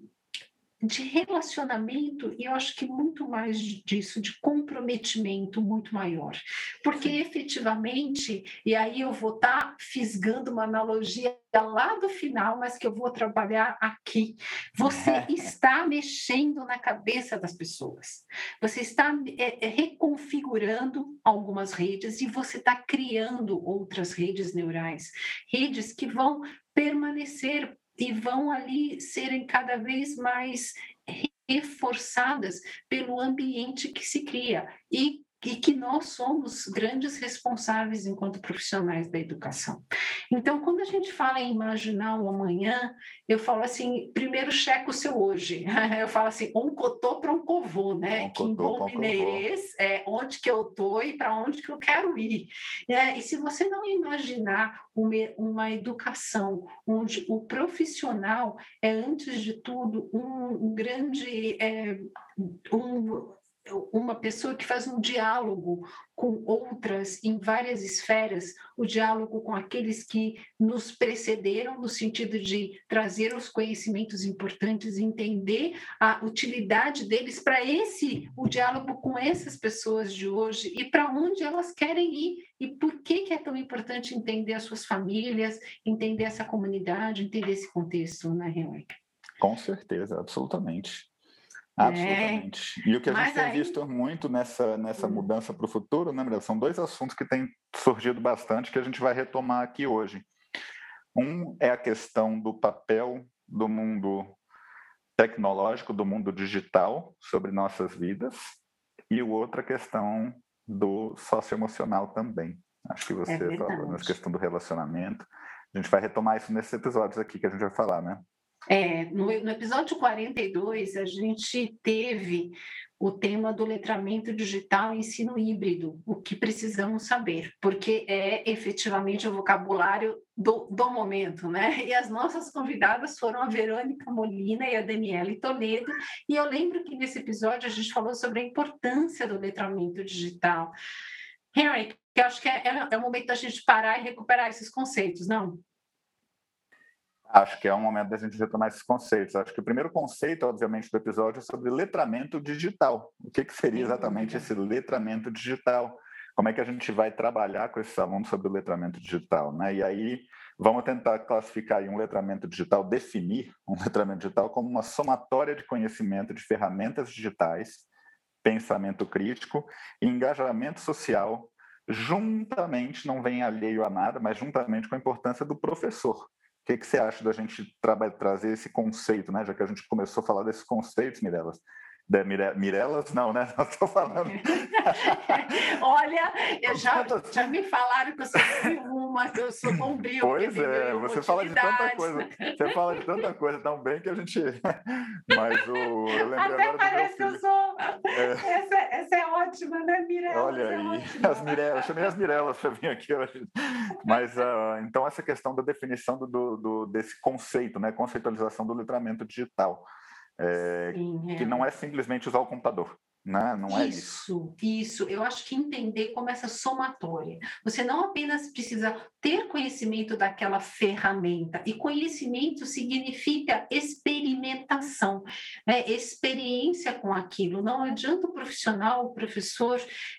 de relacionamento, e eu acho que muito mais disso, de comprometimento muito maior. Porque Sim. efetivamente, e aí eu vou estar fisgando uma analogia lá do final, mas que eu vou trabalhar aqui, você está mexendo na cabeça das pessoas, você está é, reconfigurando algumas redes e você está criando outras redes neurais, redes que vão permanecer e vão ali serem cada vez mais reforçadas pelo ambiente que se cria e, e que nós somos grandes responsáveis enquanto profissionais da educação. Então, quando a gente fala em imaginar o amanhã, eu falo assim, primeiro checa o seu hoje. Eu falo assim, um cotô para um covô, né? Um Que em cotô bom para um covô. mineirês é onde que eu estou e para onde que eu quero ir. É, e se você não imaginar uma, uma educação onde o profissional é, antes de tudo, um, um grande... É, um, uma pessoa que faz um diálogo com outras em várias esferas, o diálogo com aqueles que nos precederam, no sentido de trazer os conhecimentos importantes, entender a utilidade deles para esse, o diálogo com essas pessoas de hoje e para onde elas querem ir e por que, que é tão importante entender as suas famílias, entender essa comunidade, entender esse contexto, né, Henrique? Com certeza, absolutamente. É, Absolutamente. E o que a gente mas tem aí... visto muito nessa, nessa mudança para o futuro, né, Mirella? São dois assuntos que têm surgido bastante que a gente vai retomar aqui hoje. Um é a questão do papel do mundo tecnológico, do mundo digital sobre nossas vidas, e o outro a questão do socioemocional também. Acho que É você falou nessa verdade. questão do relacionamento. A gente vai retomar isso nesses episódios aqui que a gente vai falar, né? É, no, no episódio quarenta e dois, a gente teve o tema do letramento digital e ensino híbrido, o que precisamos saber, porque é efetivamente o vocabulário do, do momento, né? E as nossas convidadas foram a Verônica Molina e a Daniele Toledo, e eu lembro que nesse episódio a gente falou sobre a importância do letramento digital. Henry, eu acho que é, é, é o momento da gente parar e recuperar esses conceitos, não? Acho que é um momento da gente retomar esses conceitos. Acho que o primeiro conceito, obviamente, do episódio é sobre letramento digital. O que, que seria exatamente esse letramento digital? Como é que a gente vai trabalhar com esses alunos sobre o letramento digital, né? E aí vamos tentar classificar aí um letramento digital, definir um letramento digital como uma somatória de conhecimento de ferramentas digitais, pensamento crítico e engajamento social, juntamente, não vem alheio a nada, mas juntamente com a importância do professor. O que, que você acha da gente tra- trazer esse conceito, né? Já que a gente começou a falar desses conceitos, Mirelas? De Mire... Mirelas? Não, né? Não estou falando. Olha, eu já, já me falaram que eu sou uma, que eu sou bombril. Pois é, você fala de tanta coisa. Você fala de tanta coisa tão bem que a gente... Mas o... eu lembrei Até agora parece do que meu filho. eu sou... É... Essa, essa é ótima, né, Mirelas? Olha é aí, ótima. as Mirelas, eu chamei as Mirelas para vir aqui hoje. Mas, uh, então, essa questão da definição do, do, do, desse conceito, né, conceitualização do letramento digital, é, Sim, é. que não é simplesmente usar o computador, né? Não é isso. Isso, isso. Eu acho que entender como essa somatória. Você não apenas precisa ter conhecimento daquela ferramenta, e conhecimento significa experimentação, né? Experiência com aquilo. Não adianta o profissional, o professor,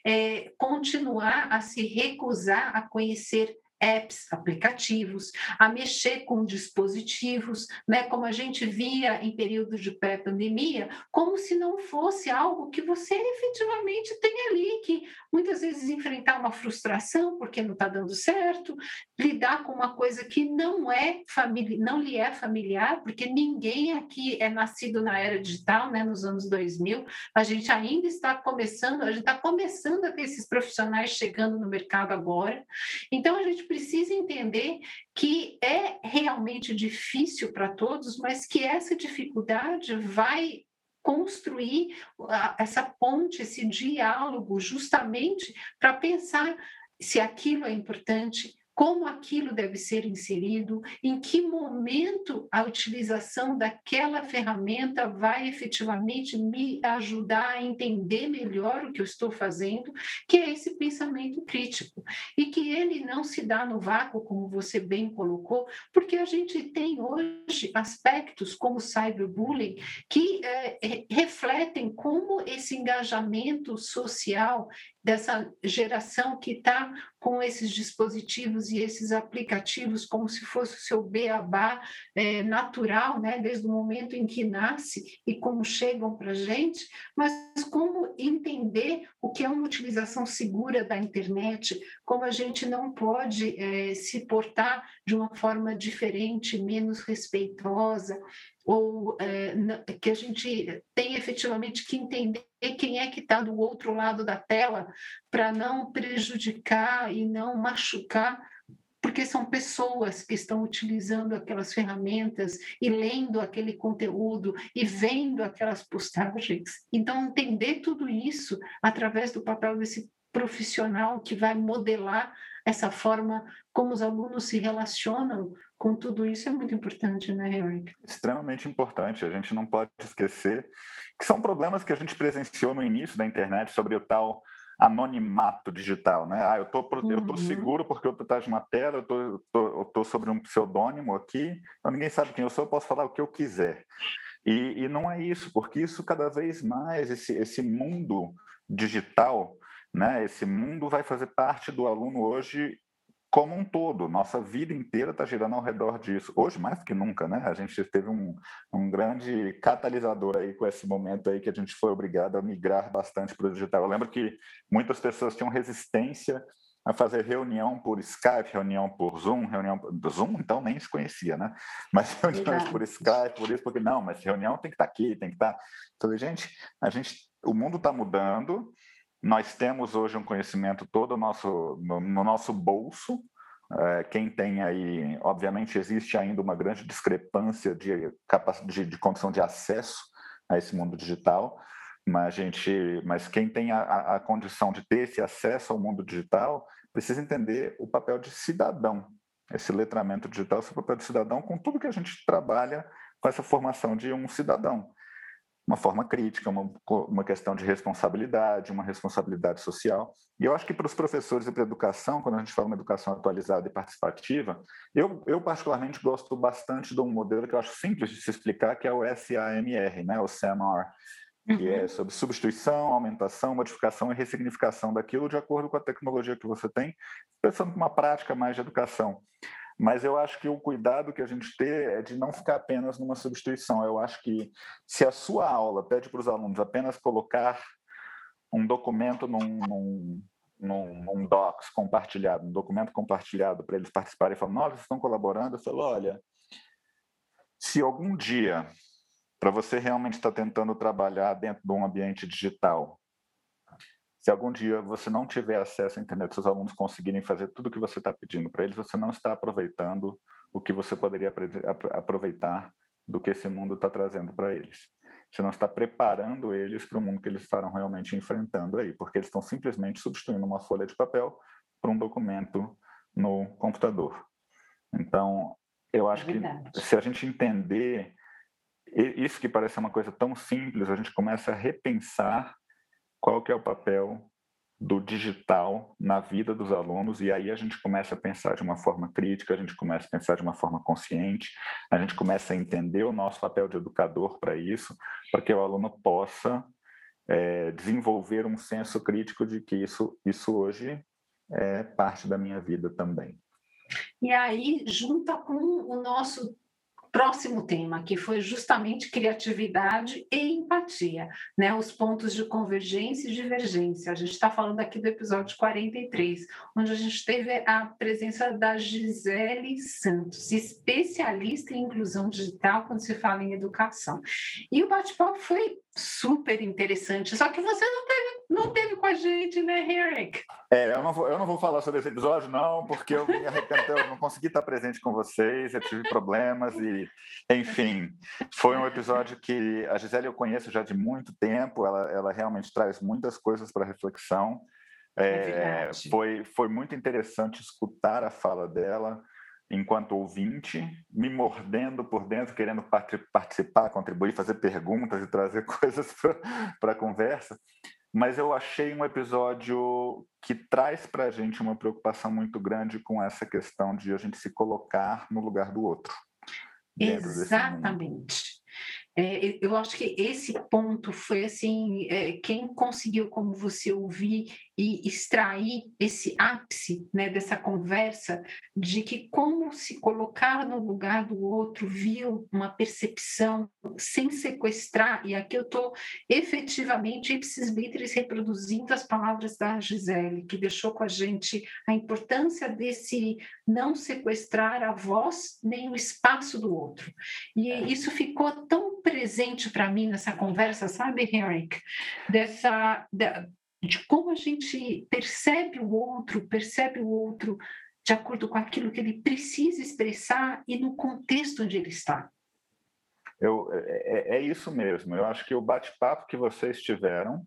é, continuar a se recusar a conhecer apps, aplicativos, a mexer com dispositivos, né, como a gente via em períodos de pré-pandemia, como se não fosse algo que você efetivamente tem ali, que muitas vezes enfrentar uma frustração porque não está dando certo, lidar com uma coisa que não é famili- não lhe é familiar, porque ninguém aqui é nascido na era digital, né, nos anos dois mil, a gente ainda está começando, a gente está começando a ter esses profissionais chegando no mercado agora, então a gente precisa entender que é realmente difícil para todos, mas que essa dificuldade vai construir essa ponte, esse diálogo, justamente para pensar se aquilo é importante, como aquilo deve ser inserido, em que momento a utilização daquela ferramenta vai efetivamente me ajudar a entender melhor o que eu estou fazendo, que é esse pensamento crítico. E que ele não se dá no vácuo, como você bem colocou, porque a gente tem hoje aspectos como o cyberbullying que é, refletem como esse engajamento social dessa geração que está com esses dispositivos e esses aplicativos como se fosse o seu beabá é, natural, né, desde o momento em que nasce e como chegam para a gente, mas como entender o que é uma utilização segura da internet, como a gente não pode é, se portar de uma forma diferente, menos respeitosa, ou é, que a gente tem efetivamente que entender quem é que está do outro lado da tela para não prejudicar e não machucar, porque são pessoas que estão utilizando aquelas ferramentas e lendo aquele conteúdo e vendo aquelas postagens. Então, entender tudo isso através do papel desse profissional que vai modelar essa forma como os alunos se relacionam com tudo isso é muito importante, né, Eric? Extremamente importante. A gente não pode esquecer que são problemas que a gente presenciou no início da internet sobre o tal anonimato digital, né? Ah, eu tô, eu tô seguro porque eu tô atrás de uma tela, eu tô, eu tô, eu tô sobre um pseudônimo aqui, então ninguém sabe quem eu sou, eu posso falar o que eu quiser. E, e não é isso, porque isso cada vez mais, esse, esse mundo digital, né? Esse mundo vai fazer parte do aluno hoje como um todo. Nossa vida inteira está girando ao redor disso. Hoje, mais do que nunca, né? A gente teve um, um grande catalisador aí com esse momento aí que a gente foi obrigado a migrar bastante para o digital. Eu lembro que muitas pessoas tinham resistência a fazer reunião por Skype, reunião por Zoom, reunião por Zoom, então nem se conhecia, né? Mas reuniões por Skype, por isso, porque não, mas reunião tem que estar aqui, tem que estar... Então, gente, a gente, o mundo está mudando. Nós temos hoje um conhecimento todo nosso, no, no nosso bolso, É, quem tem aí, obviamente, existe ainda uma grande discrepância de, de, de condição de acesso a esse mundo digital, mas, a gente, mas quem tem a, a condição de ter esse acesso ao mundo digital precisa entender o papel de cidadão, esse letramento digital, esse papel de cidadão com tudo que a gente trabalha com essa formação de um cidadão. Uma forma crítica, uma, uma questão de responsabilidade, uma responsabilidade social. E eu acho que para os professores e para a educação, quando a gente fala uma educação atualizada e participativa, eu, eu particularmente gosto bastante de um modelo que eu acho simples de se explicar, que é o S A M R, né? O S A M R, que uhum. é sobre substituição, aumentação, modificação e ressignificação daquilo de acordo com a tecnologia que você tem, pensando numa prática mais de educação. Mas eu acho que o cuidado que a gente tem é de não ficar apenas numa substituição. Eu acho que se a sua aula pede para os alunos apenas colocar um documento num, num, num, num docs compartilhado, um documento compartilhado para eles participarem e falar, nossa, vocês estão colaborando? Eu falo, olha, se algum dia, para você realmente estar tentando trabalhar dentro de um ambiente digital, se algum dia você não tiver acesso à internet, seus alunos conseguirem fazer tudo o que você está pedindo para eles, você não está aproveitando o que você poderia aproveitar do que esse mundo está trazendo para eles. Você não está preparando eles para o mundo que eles estarão realmente enfrentando aí, porque eles estão simplesmente substituindo uma folha de papel por um documento no computador. Então, eu acho que se a gente entender isso que parece uma coisa tão simples, a gente começa a repensar qual que é o papel do digital na vida dos alunos, e aí a gente começa a pensar de uma forma crítica, a gente começa a pensar de uma forma consciente, a gente começa a entender o nosso papel de educador para isso, para que o aluno possa é, desenvolver um senso crítico de que isso, isso hoje é parte da minha vida também. E aí, junta com o nosso próximo tema, que foi justamente criatividade e empatia, né? Os pontos de convergência e divergência. A gente está falando aqui do episódio quarenta e três, onde a gente teve a presença da Gisele Santos, especialista em inclusão digital quando se fala em educação. E o bate-papo foi super interessante, só que você não teve, não teve com a gente, né, Eric? É, eu não, vou, eu não vou falar sobre esse episódio, não, porque eu me arrependo, eu não consegui estar presente com vocês, eu tive problemas e, enfim, foi um episódio que a Gisele eu conheço já de muito tempo, ela, ela realmente traz muitas coisas para reflexão. É, é foi, foi muito interessante escutar a fala dela enquanto ouvinte, me mordendo por dentro, querendo participar, contribuir, fazer perguntas e trazer coisas para a conversa. Mas eu achei um episódio que traz para a gente uma preocupação muito grande com essa questão de a gente se colocar no lugar do outro. Exatamente. É, eu acho que esse ponto foi assim, é, quem conseguiu, como você ouvir e extrair esse ápice, né, dessa conversa, de que como se colocar no lugar do outro, viu uma percepção sem sequestrar, e aqui eu estou efetivamente ipsis literis reproduzindo as palavras da Gisele, que deixou com a gente a importância desse não sequestrar a voz nem o espaço do outro. E isso ficou tão presente para mim nessa conversa, sabe, Eric? Dessa, da, de como a gente percebe o outro, percebe o outro de acordo com aquilo que ele precisa expressar e no contexto onde ele está. Eu, é, é isso mesmo. Eu acho que o bate-papo que vocês tiveram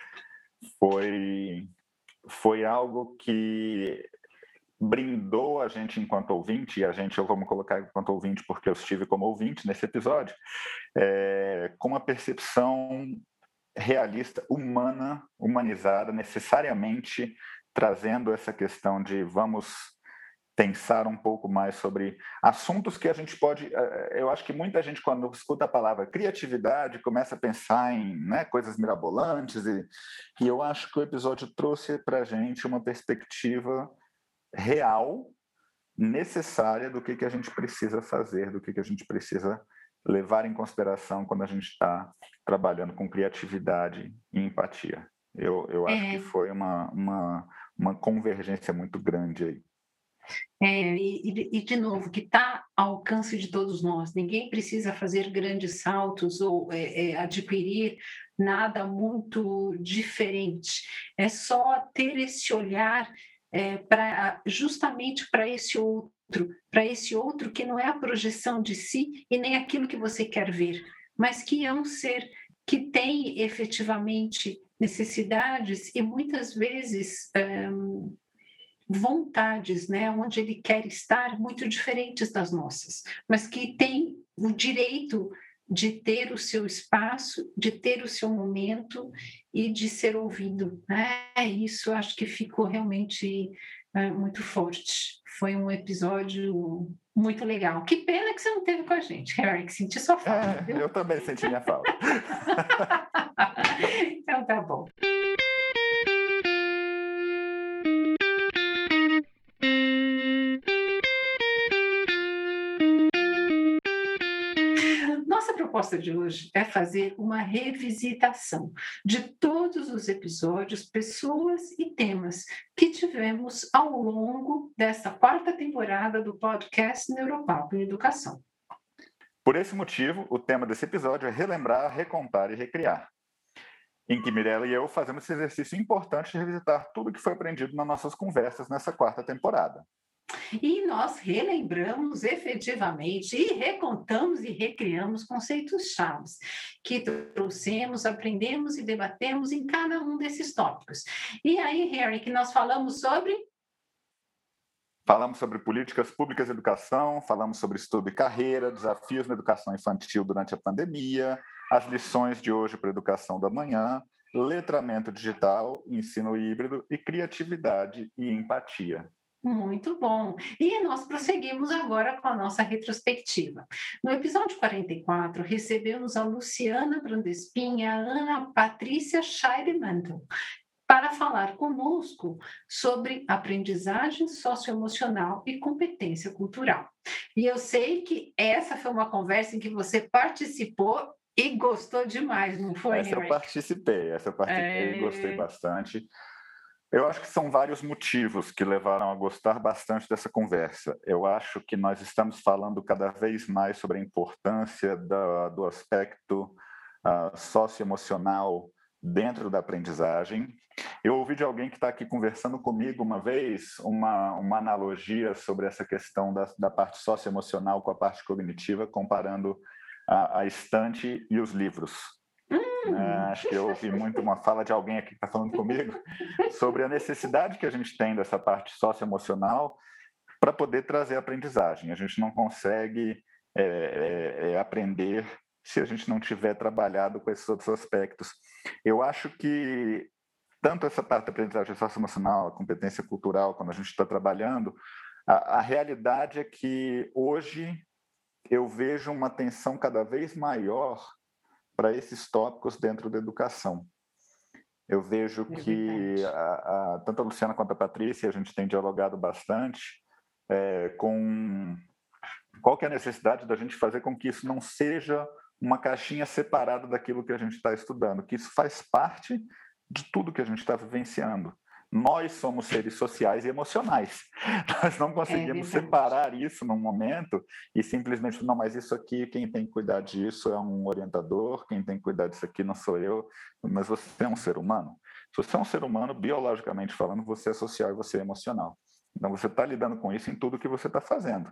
foi, foi algo que brindou a gente enquanto ouvinte, e a gente, eu vou me colocar enquanto ouvinte porque eu estive como ouvinte nesse episódio, é, com uma percepção realista, humana, humanizada, necessariamente trazendo essa questão de vamos pensar um pouco mais sobre assuntos que a gente pode... Eu acho que muita gente, quando escuta a palavra criatividade, começa a pensar em, né, coisas mirabolantes, e, e eu acho que o episódio trouxe para a gente uma perspectiva real, necessária do que, que a gente precisa fazer, do que, que a gente precisa levar em consideração quando a gente está trabalhando com criatividade e empatia. Eu, eu acho é. que foi uma, uma, uma convergência muito grande aí. É, e, e, de novo, que está ao alcance de todos nós. Ninguém precisa fazer grandes saltos ou é, é, adquirir nada muito diferente. É só ter esse olhar é, pra, justamente para esse outro, para esse outro que não é a projeção de si e nem aquilo que você quer ver, mas que é um ser que tem efetivamente necessidades e muitas vezes um, vontades, né, onde ele quer estar muito diferentes das nossas, mas que tem o direito de ter o seu espaço, de ter o seu momento e de ser ouvido. É, isso acho que ficou realmente é, muito forte. Foi um episódio muito legal. Que pena que você não teve com a gente, Eric, senti sua falta, É, viu? eu também senti minha falta. Então tá bom. Nossa proposta de hoje é fazer uma revisitação de todos os episódios, pessoas e temas que tivemos ao longo dessa quarta temporada do podcast Neuropapo em Educação. Por esse motivo, o tema desse episódio é relembrar, recontar e recriar, em que Mirella e eu fazemos esse exercício importante de revisitar tudo que foi aprendido nas nossas conversas nessa quarta temporada. E nós relembramos efetivamente e recontamos e recriamos conceitos chaves que trouxemos, aprendemos e debatemos em cada um desses tópicos. E aí, Harry, que nós falamos sobre... Falamos sobre políticas públicas de educação, falamos sobre estudo e carreira, desafios na educação infantil durante a pandemia, as lições de hoje para a educação da manhã, letramento digital, ensino híbrido e criatividade e empatia. Muito bom. E nós prosseguimos agora com a nossa retrospectiva. No episódio quarenta e quatro, recebemos a Luciana Brandespin e a Ana Patrícia Scheidemantel para falar conosco sobre aprendizagem socioemocional e competência cultural. E eu sei que essa foi uma conversa em que você participou e gostou demais, não foi, Essa eu participei, essa eu participei e é... gostei bastante. Eu acho que são vários motivos que levaram a gostar bastante dessa conversa. Eu acho que nós estamos falando cada vez mais sobre a importância da, do aspecto uh, socioemocional dentro da aprendizagem. Eu ouvi de alguém que está aqui conversando comigo uma vez uma, uma analogia sobre essa questão da, da parte socioemocional com a parte cognitiva, comparando a, a estante e os livros. Hum. Uh, acho que eu ouvi muito uma fala de alguém aqui que está falando comigo sobre a necessidade que a gente tem dessa parte socioemocional para poder trazer aprendizagem. A gente não consegue é, é, é, aprender se a gente não tiver trabalhado com esses outros aspectos. Eu acho que tanto essa parte da aprendizagem socioemocional, a competência cultural, quando a gente está trabalhando, a, a realidade é que hoje eu vejo uma atenção cada vez maior para esses tópicos dentro da educação. Eu vejo é que a, a, tanto a Luciana quanto a Patrícia, a gente tem dialogado bastante é, com qual que é a necessidade da gente fazer com que isso não seja uma caixinha separada daquilo que a gente está estudando, que isso faz parte de tudo que a gente está vivenciando. Nós somos seres sociais e emocionais. Nós não conseguimos é separar isso num momento e simplesmente, não, mas isso aqui, quem tem que cuidar disso é um orientador, quem tem que cuidar disso aqui não sou eu, mas você é um ser humano. Se você é um ser humano, biologicamente falando, você é social e você é emocional. Então, você está lidando com isso em tudo que você está fazendo.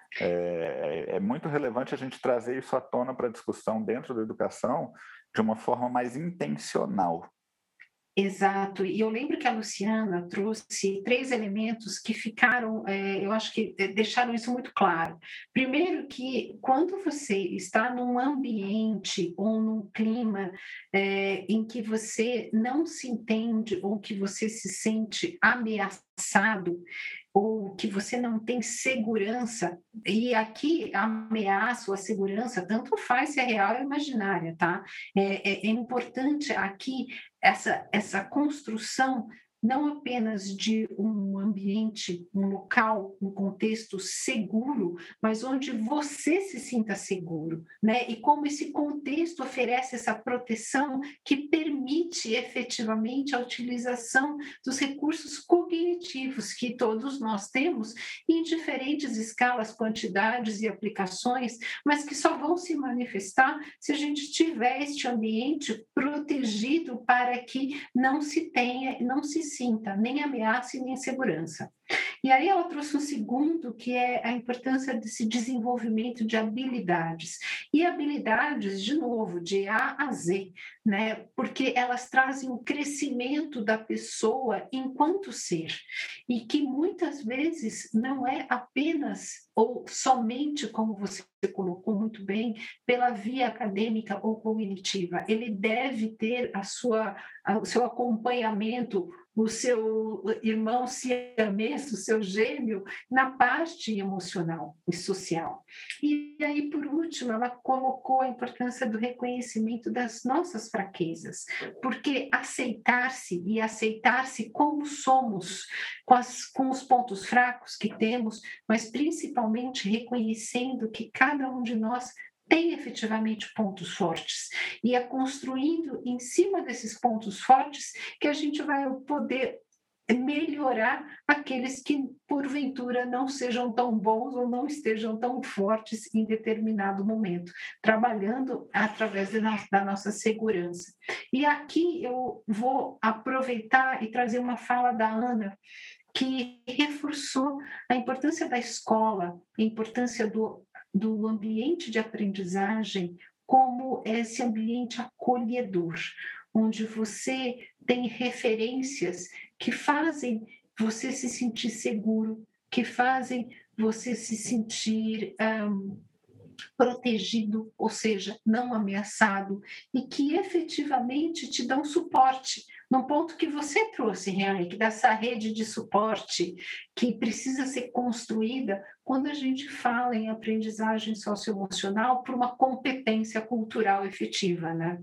É, é muito relevante a gente trazer isso à tona para a discussão dentro da educação de uma forma mais intencional. Exato, e eu lembro que a Luciana trouxe três elementos que ficaram, é, eu acho que deixaram isso muito claro. Primeiro que quando você está num ambiente ou num clima é, em que você não se entende ou que você se sente ameaçado, ou que você não tem segurança, e aqui a ameaça ou a segurança tanto faz se é real ou imaginária, tá? É, é, é importante aqui essa, essa construção não apenas de um ambiente, um local, um contexto seguro, mas onde você se sinta seguro, né? E como esse contexto oferece essa proteção que permite efetivamente a utilização dos recursos cognitivos que todos nós temos em diferentes escalas, quantidades e aplicações, mas que só vão se manifestar se a gente tiver este ambiente protegido para que não se tenha, não se sinta nem ameaça e nem insegurança. E aí ela trouxe um segundo, que é a importância desse desenvolvimento de habilidades. E habilidades, de novo, de A a Z, né? Porque elas trazem o crescimento da pessoa enquanto ser. E que muitas vezes não é apenas ou somente, como você colocou muito bem, pela via acadêmica ou cognitiva. Ele deve ter a sua, o seu acompanhamento, o seu irmão siamês, o seu gêmeo, na parte emocional e social. E aí, por último, ela colocou a importância do reconhecimento das nossas fraquezas, porque aceitar-se e aceitar-se como somos, com, as, com os pontos fracos que temos, mas principalmente reconhecendo que cada um de nós tem efetivamente pontos fortes. E é construindo em cima desses pontos fortes que a gente vai poder melhorar aqueles que, porventura, não sejam tão bons ou não estejam tão fortes em determinado momento, trabalhando através da nossa segurança. E aqui eu vou aproveitar e trazer uma fala da Ana, que reforçou a importância da escola, a importância do, do ambiente de aprendizagem como esse ambiente acolhedor, onde você tem referências que fazem você se sentir seguro, que fazem você se sentir um, protegido, ou seja, não ameaçado, e que efetivamente te dão suporte, num ponto que você trouxe, Henrique, dessa rede de suporte que precisa ser construída quando a gente fala em aprendizagem socioemocional por uma competência cultural efetiva, né?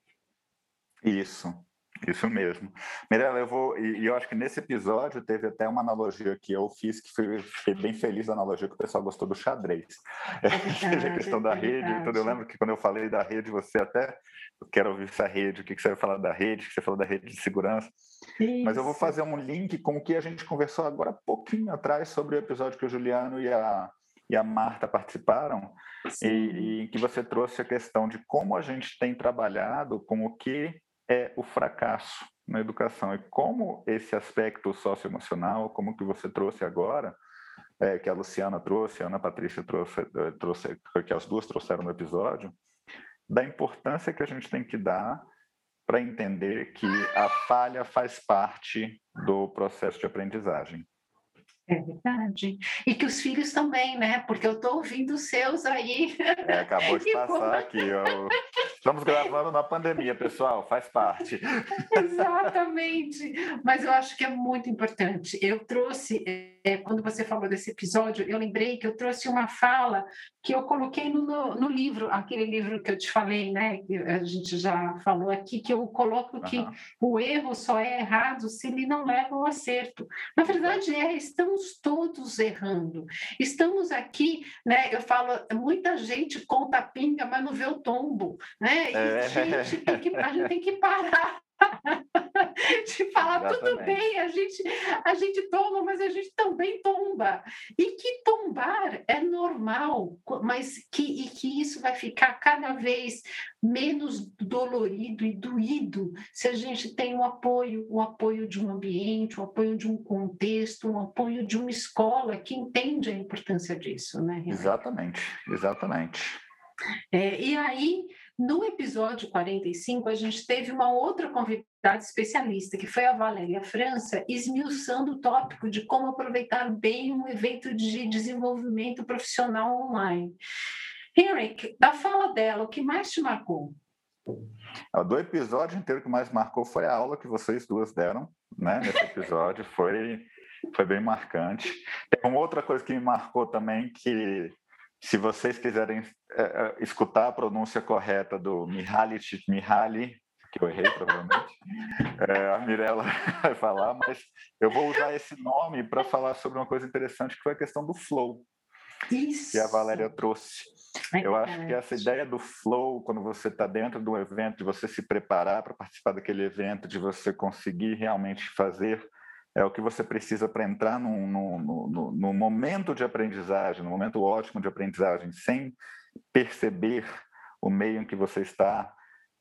Isso. Isso mesmo. Mirela, eu vou. E eu acho que nesse episódio teve até uma analogia que eu fiz, que foi, fiquei bem feliz da analogia, que o pessoal gostou do xadrez. É verdade, a questão é da rede e tudo. Eu lembro que quando eu falei da rede, você até. Eu quero ouvir essa rede, o que você vai falar da rede, que você falou da rede de segurança. Isso. Mas eu vou fazer um link com o que a gente conversou agora há pouquinho atrás sobre o episódio que o Juliano e a, e a Marta participaram, e, e em que você trouxe a questão de como a gente tem trabalhado com o que é o fracasso na educação e como esse aspecto socioemocional, como que você trouxe agora, é, que a Luciana trouxe, a Ana Patrícia trouxe, trouxe, que as duas trouxeram no episódio, da importância que a gente tem que dar para entender que a falha faz parte do processo de aprendizagem. É verdade. E que os filhos também, né? Porque eu estou ouvindo os seus aí. É, acabou de passar como... aqui. Eu... Estamos gravando na pandemia, pessoal, faz parte. Exatamente. Mas eu acho que é muito importante. Eu trouxe, é, quando você falou desse episódio, eu lembrei que eu trouxe uma fala que eu coloquei no, no, no livro, aquele livro que eu te falei, né? Que a gente já falou aqui, que eu coloco que uhum. o erro só é errado se ele não leva ao acerto. Na verdade, é, estamos todos errando. Estamos aqui, né? Eu falo, muita gente conta a pinga, mas não vê o tombo, né? E, é. gente, tem que, a gente tem que parar de falar, exatamente. Tudo bem, a gente, a gente toma, mas a gente também tomba. E que tombar é normal, mas que, e que isso vai ficar cada vez menos dolorido e doído se a gente tem o apoio, o apoio de um ambiente, o apoio de um contexto, o apoio de uma escola que entende a importância disso, né, Henrique? Exatamente, exatamente. É, e aí, no episódio quarenta e cinco, a gente teve uma outra convidada especialista, que foi a Valéria França, esmiuçando o tópico de como aproveitar bem um evento de desenvolvimento profissional online. Henrique, da fala dela, o que mais te marcou? Do episódio inteiro, o que mais marcou foi a aula que vocês duas deram, né, nesse episódio, foi, foi bem marcante. Tem uma outra coisa que me marcou também, que se vocês quiserem é, escutar a pronúncia correta do Mihaly Csikszentmihalyi, que eu errei provavelmente, é, a Mirela vai falar, mas eu vou usar esse nome para falar sobre uma coisa interessante, que foi a questão do flow, Isso. que a Valéria trouxe. Eu acho que essa ideia do flow, quando você está dentro de um evento, de você se preparar para participar daquele evento, de você conseguir realmente fazer é o que você precisa para entrar num, num, num, num momento de aprendizagem, num momento ótimo de aprendizagem, sem perceber o meio em que você está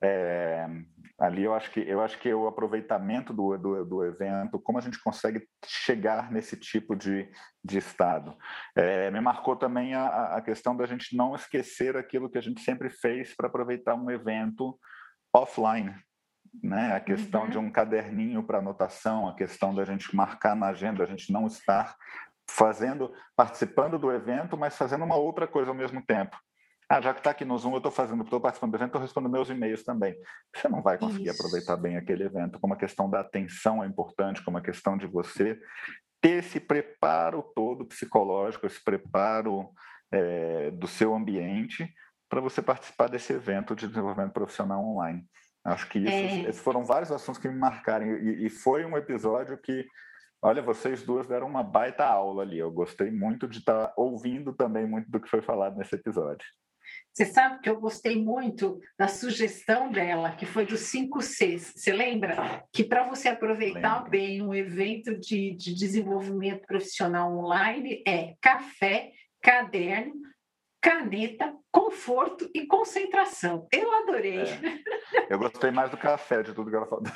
É, ali eu acho que eu acho que o aproveitamento do, do, do evento, como a gente consegue chegar nesse tipo de, de estado. É, me marcou também a, a questão da gente não esquecer aquilo que a gente sempre fez para aproveitar um evento offline, né? A questão uhum. de um caderninho para anotação, a questão da gente marcar na agenda, a gente não estar fazendo, participando do evento, mas fazendo uma outra coisa ao mesmo tempo. Ah, já que está aqui no Zoom, eu estou fazendo, estou participando do evento, estou respondendo meus e-mails também. Você não vai conseguir Isso. aproveitar bem aquele evento. Como a questão da atenção é importante, como a questão de você ter esse preparo todo psicológico, esse preparo é, do seu ambiente para você participar desse evento de desenvolvimento profissional online. Acho que isso, é... esses foram vários assuntos que me marcaram e, e foi um episódio que, olha, vocês duas deram uma baita aula ali. Eu gostei muito de estar tá ouvindo também muito do que foi falado nesse episódio. Você sabe que eu gostei muito da sugestão dela, que foi dos cinco Cs. Você lembra? Que para você aproveitar Lembra. bem um evento de, de desenvolvimento profissional online é café, caderno, caneta, conforto e concentração. Eu adorei. É. Eu gostei mais do café, de tudo que ela falou.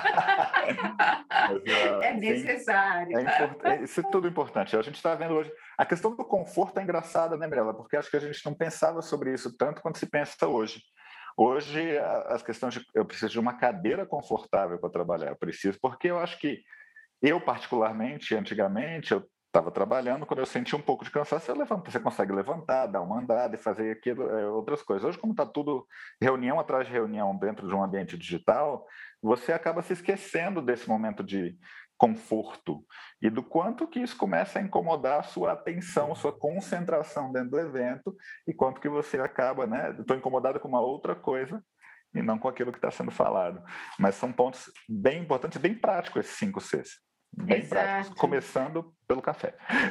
Mas, uh, é necessário. É import... Isso é tudo importante. A gente está vendo hoje... A questão do conforto é engraçada, né, Mirella? Porque acho que a gente não pensava sobre isso tanto quanto se pensa hoje. Hoje, as questões de... Eu preciso de uma cadeira confortável para trabalhar. Eu preciso, porque eu acho que eu, particularmente, antigamente, eu estava trabalhando, quando eu senti um pouco de cansaço, eu levanto, você consegue levantar, dar uma andada e fazer aquilo, é, outras coisas. Hoje, como está tudo reunião atrás de reunião dentro de um ambiente digital, você acaba se esquecendo desse momento de conforto e do quanto que isso começa a incomodar a sua atenção, a sua concentração dentro do evento e quanto que você acaba, né? Estou incomodado com uma outra coisa e não com aquilo que está sendo falado. Mas são pontos bem importantes, bem práticos esses cinco Cs. Bem Exato. práticos, começando pelo café.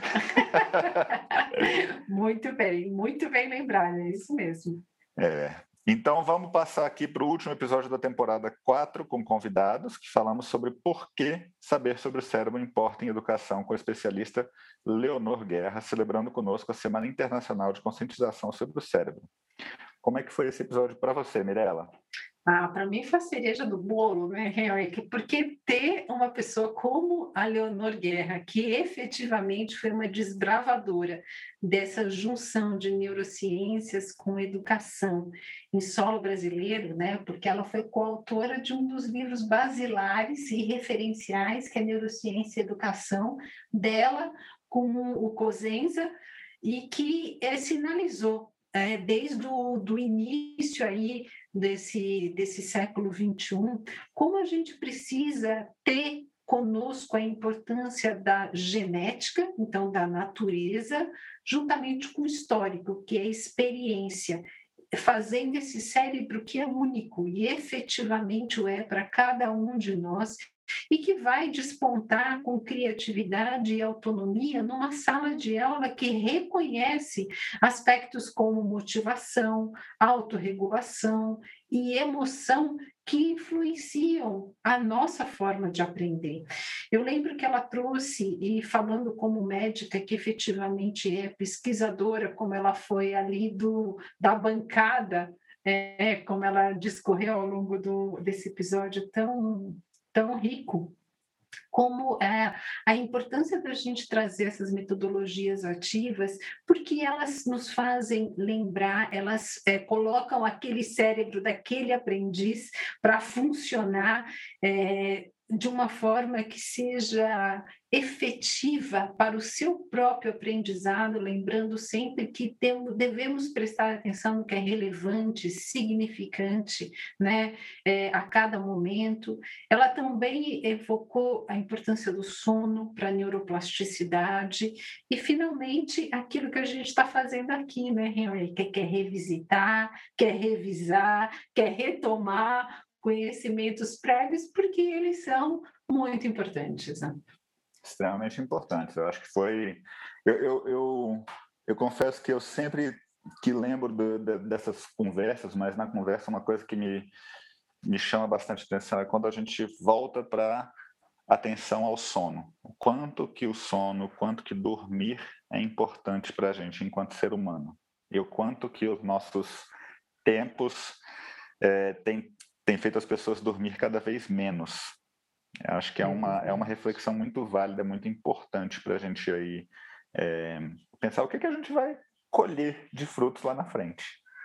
Muito bem, muito bem lembrado, é isso mesmo. É. Então, vamos passar aqui para o último episódio da temporada quatro com convidados, que falamos sobre por que saber sobre o cérebro importa em educação, com a especialista Leonor Guerra, celebrando conosco a Semana Internacional de Conscientização sobre o Cérebro. Como é que foi esse episódio para você, Mirella? Ah, para mim foi a cereja do bolo, né, Henrique? Porque ter uma pessoa como a Leonor Guerra, que efetivamente foi uma desbravadora dessa junção de neurociências com educação em solo brasileiro, né? Porque ela foi coautora de um dos livros basilares e referenciais, que é Neurociência e Educação, dela com o Cosenza, e que é, sinalizou é, desde o do início aí desse, desse século vinte e um, como a gente precisa ter conosco a importância da genética, então da natureza, juntamente com o histórico, que é a experiência, fazendo esse cérebro que é único e efetivamente o é para cada um de nós, e que vai despontar com criatividade e autonomia numa sala de aula que reconhece aspectos como motivação, autorregulação e emoção que influenciam a nossa forma de aprender. Eu lembro que ela trouxe, e falando como médica, que efetivamente é pesquisadora, como ela foi ali do, da bancada, é, como ela discorreu ao longo do, desse episódio tão tão rico, como é, a importância da gente trazer essas metodologias ativas, porque elas nos fazem lembrar, elas é, colocam aquele cérebro daquele aprendiz para funcionar é, de uma forma que seja efetiva para o seu próprio aprendizado, lembrando sempre que temos, devemos prestar atenção no que é relevante, significante, né, é, a cada momento. Ela também evocou a importância do sono para a neuroplasticidade e, finalmente, aquilo que a gente está fazendo aqui, né, Henry, que quer revisitar, quer revisar, quer retomar conhecimentos prévios, porque eles são muito importantes, né? Extremamente importantes. Eu acho que foi... Eu, eu, eu, eu confesso que eu sempre que lembro de, de, dessas conversas, mas na conversa uma coisa que me, me chama bastante atenção é quando a gente volta para atenção ao sono. O quanto que o sono, o quanto que dormir é importante para a gente enquanto ser humano. E o quanto que os nossos tempos... É, tem tem feito as pessoas dormir cada vez menos. Eu acho que é uma, é uma reflexão muito válida, muito importante para a gente aí é, pensar o que, que a gente vai colher de frutos lá na frente.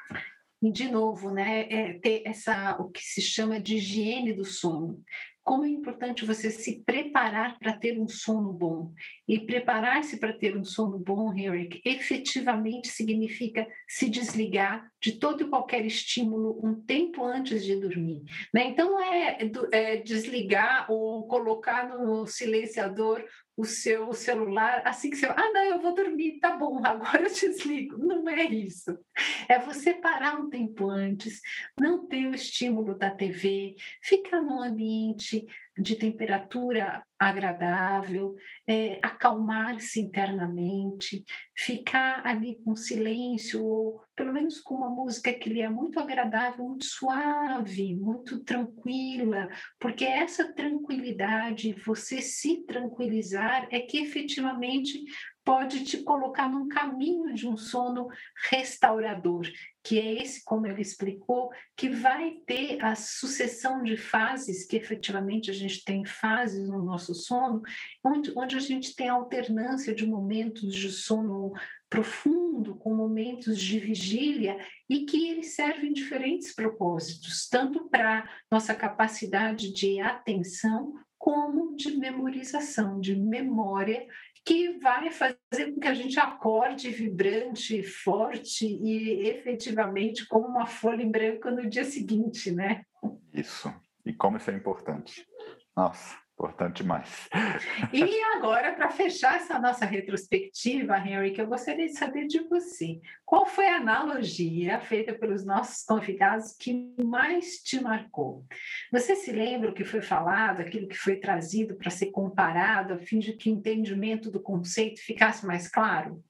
E, de novo, né, é ter essa, o que se chama de higiene do sono. Como é importante você se preparar para ter um sono bom. E preparar-se para ter um sono bom, Henrik, efetivamente significa se desligar de todo e qualquer estímulo um tempo antes de dormir. Né? Então, é, é desligar ou colocar no silenciador o seu celular assim que você... Ah, não, eu vou dormir, tá bom, agora eu desligo. Não é isso. É você parar um tempo antes, não ter o estímulo da T V, ficar num ambiente de temperatura agradável, é, acalmar-se internamente, ficar ali com silêncio, ou pelo menos com uma música que lhe é muito agradável, muito suave, muito tranquila, porque essa tranquilidade, você se tranquilizar, é que efetivamente pode te colocar num caminho de um sono restaurador, que é esse, como ele explicou, que vai ter a sucessão de fases, que efetivamente a gente tem fases no nosso sono, onde, onde a gente tem alternância de momentos de sono profundo com momentos de vigília e que eles servem em diferentes propósitos, tanto para nossa capacidade de atenção como de memorização, de memória, que vai fazer com que a gente acorde vibrante, forte e efetivamente como uma folha em branco no dia seguinte, né? Isso. E como isso é importante. Nossa, importante demais. E agora, para fechar essa nossa retrospectiva, Henrik, eu gostaria de saber de você. Qual foi a analogia feita pelos nossos convidados que mais te marcou? Você se lembra o que foi falado, aquilo que foi trazido para ser comparado, a fim de que o entendimento do conceito ficasse mais claro?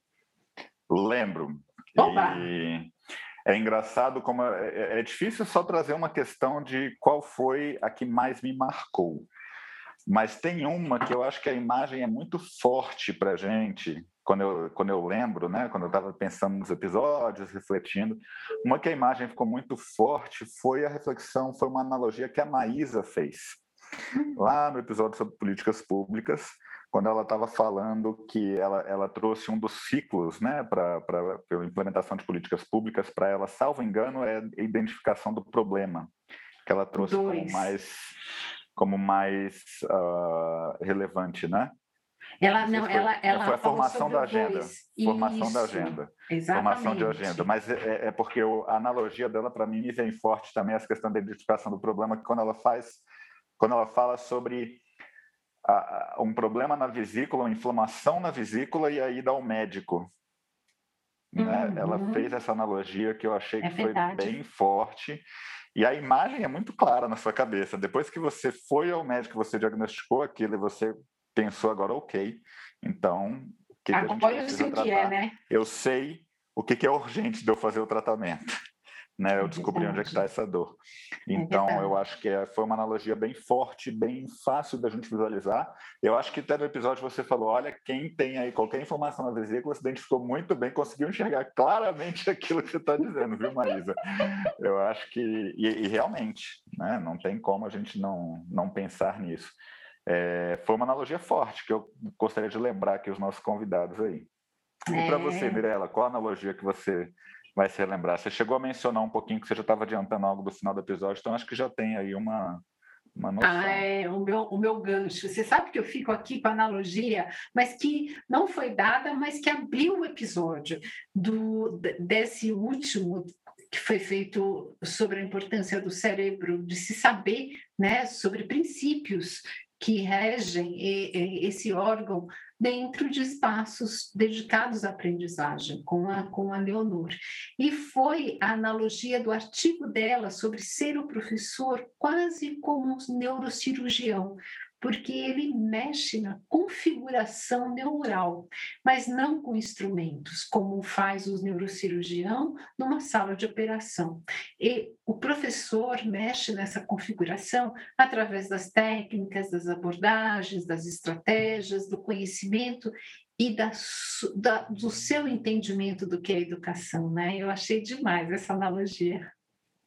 Lembro. Oba! E é engraçado como é, é difícil só trazer uma questão de qual foi a que mais me marcou. Mas tem uma que eu acho que a imagem é muito forte para a gente, quando eu, quando eu lembro, né? Quando eu estava pensando nos episódios, refletindo, uma que a imagem ficou muito forte foi a reflexão, foi uma analogia que a Maísa fez, lá no episódio sobre políticas públicas, quando ela estava falando que ela, ela trouxe um dos ciclos, né, para a implementação de políticas públicas, para ela, salvo engano, é a identificação do problema, que ela trouxe Dois. como mais... como mais uh, relevante, né? Ela não, foi, ela, ela foi a formação da agenda, dois. formação Isso, da agenda, exatamente. formação de agenda. Mas é, é porque eu, a analogia dela para mim vem forte também essa questão da identificação do problema, que quando ela faz, quando ela fala sobre a, a, um problema na vesícula, uma inflamação na vesícula e aí dá ao médico. Né? Uhum. Ela fez essa analogia que eu achei É que foi verdade. bem forte. E a imagem é muito clara na sua cabeça. Depois que você foi ao médico, você diagnosticou aquilo e você pensou agora, ok, então o que, que a gente Agora eu precisa sei o tratar? que é, né? Eu sei o que, que é urgente de eu fazer o tratamento. Né? Eu É descobri onde é que está essa dor. É Então, verdade. eu acho que é, foi uma analogia bem forte, bem fácil da gente visualizar. Eu acho que até no episódio você falou, olha, quem tem aí qualquer informação na vesícula se identificou muito bem, conseguiu enxergar claramente aquilo que você está dizendo, viu, Maísa? Eu acho que... E, e realmente, né? Não tem como a gente não, não pensar nisso. É, foi uma analogia forte que eu gostaria de lembrar aqui os nossos convidados aí. E É. para você, Mirella, qual a analogia que você vai se relembrar? Você chegou a mencionar um pouquinho que você já estava adiantando algo do final do episódio, então acho que já tem aí uma, uma noção. Ah, é o meu, o meu gancho. Você sabe que eu fico aqui com a analogia, mas que não foi dada, mas que abriu o episódio do, desse último que foi feito sobre a importância do cérebro, de se saber, né, sobre princípios que regem esse órgão dentro de espaços dedicados à aprendizagem, com a, com a Leonor. E foi a analogia do artigo dela sobre ser o professor quase como um neurocirurgião, porque ele mexe na configuração neural, mas não com instrumentos, como faz o neurocirurgião numa sala de operação. E o professor mexe nessa configuração através das técnicas, das abordagens, das estratégias, do conhecimento e da, da, do seu entendimento do que é educação, né? Eu achei demais essa analogia.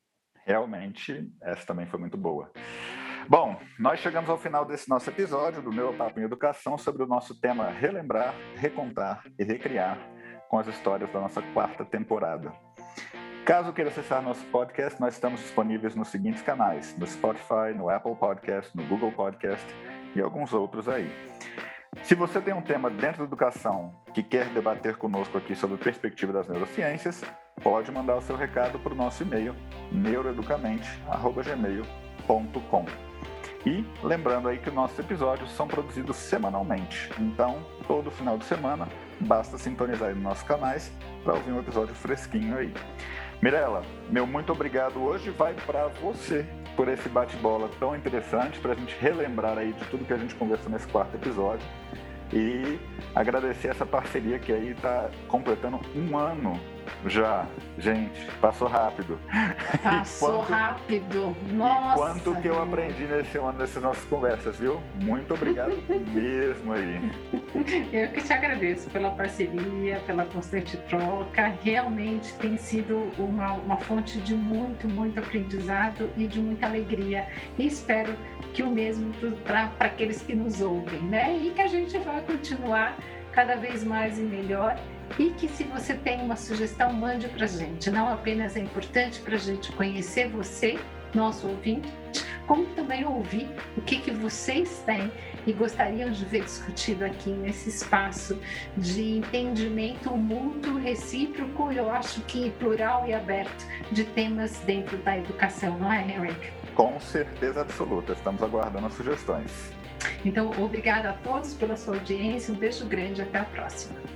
Realmente, essa também foi muito boa. Bom, nós chegamos ao final desse nosso episódio do Meu Papo em Educação sobre o nosso tema Relembrar, Recontar e Recriar com as histórias da nossa quarta temporada. Caso queira acessar nosso podcast, nós estamos disponíveis nos seguintes canais, no Spotify, no Apple Podcast, no Google Podcast e alguns outros aí. Se você tem um tema dentro da educação que quer debater conosco aqui sobre a perspectiva das neurociências, pode mandar o seu recado para o nosso e-mail, neuroeducamente arroba gmail ponto com. E lembrando aí que nossos episódios são produzidos semanalmente, então todo final de semana basta sintonizar aí nos nossos canais para ouvir um episódio fresquinho aí. Mirela, meu muito obrigado hoje vai para você por esse bate-bola tão interessante, para a gente relembrar aí de tudo que a gente conversou nesse quarto episódio e agradecer essa parceria que aí está completando um ano já. Gente, passou rápido. Passou quanto, rápido, nossa! Quanto que eu aprendi nesse ano nessas nossas conversas, viu? Muito obrigado mesmo aí. Eu que te agradeço pela parceria, pela constante troca. Realmente tem sido uma, uma fonte de muito, muito aprendizado e de muita alegria. E espero que o mesmo para aqueles que nos ouvem, né? E que a gente vai continuar cada vez mais e melhor. E que se você tem uma sugestão, mande para a gente. Não apenas é importante para a gente conhecer você, nosso ouvinte, como também ouvir o que, que vocês têm e gostariam de ver discutido aqui nesse espaço de entendimento mútuo, recíproco, eu acho que plural e aberto de temas dentro da educação, não é, Henrique? Com certeza absoluta, estamos aguardando as sugestões. Então, obrigada a todos pela sua audiência, um beijo grande, até a próxima.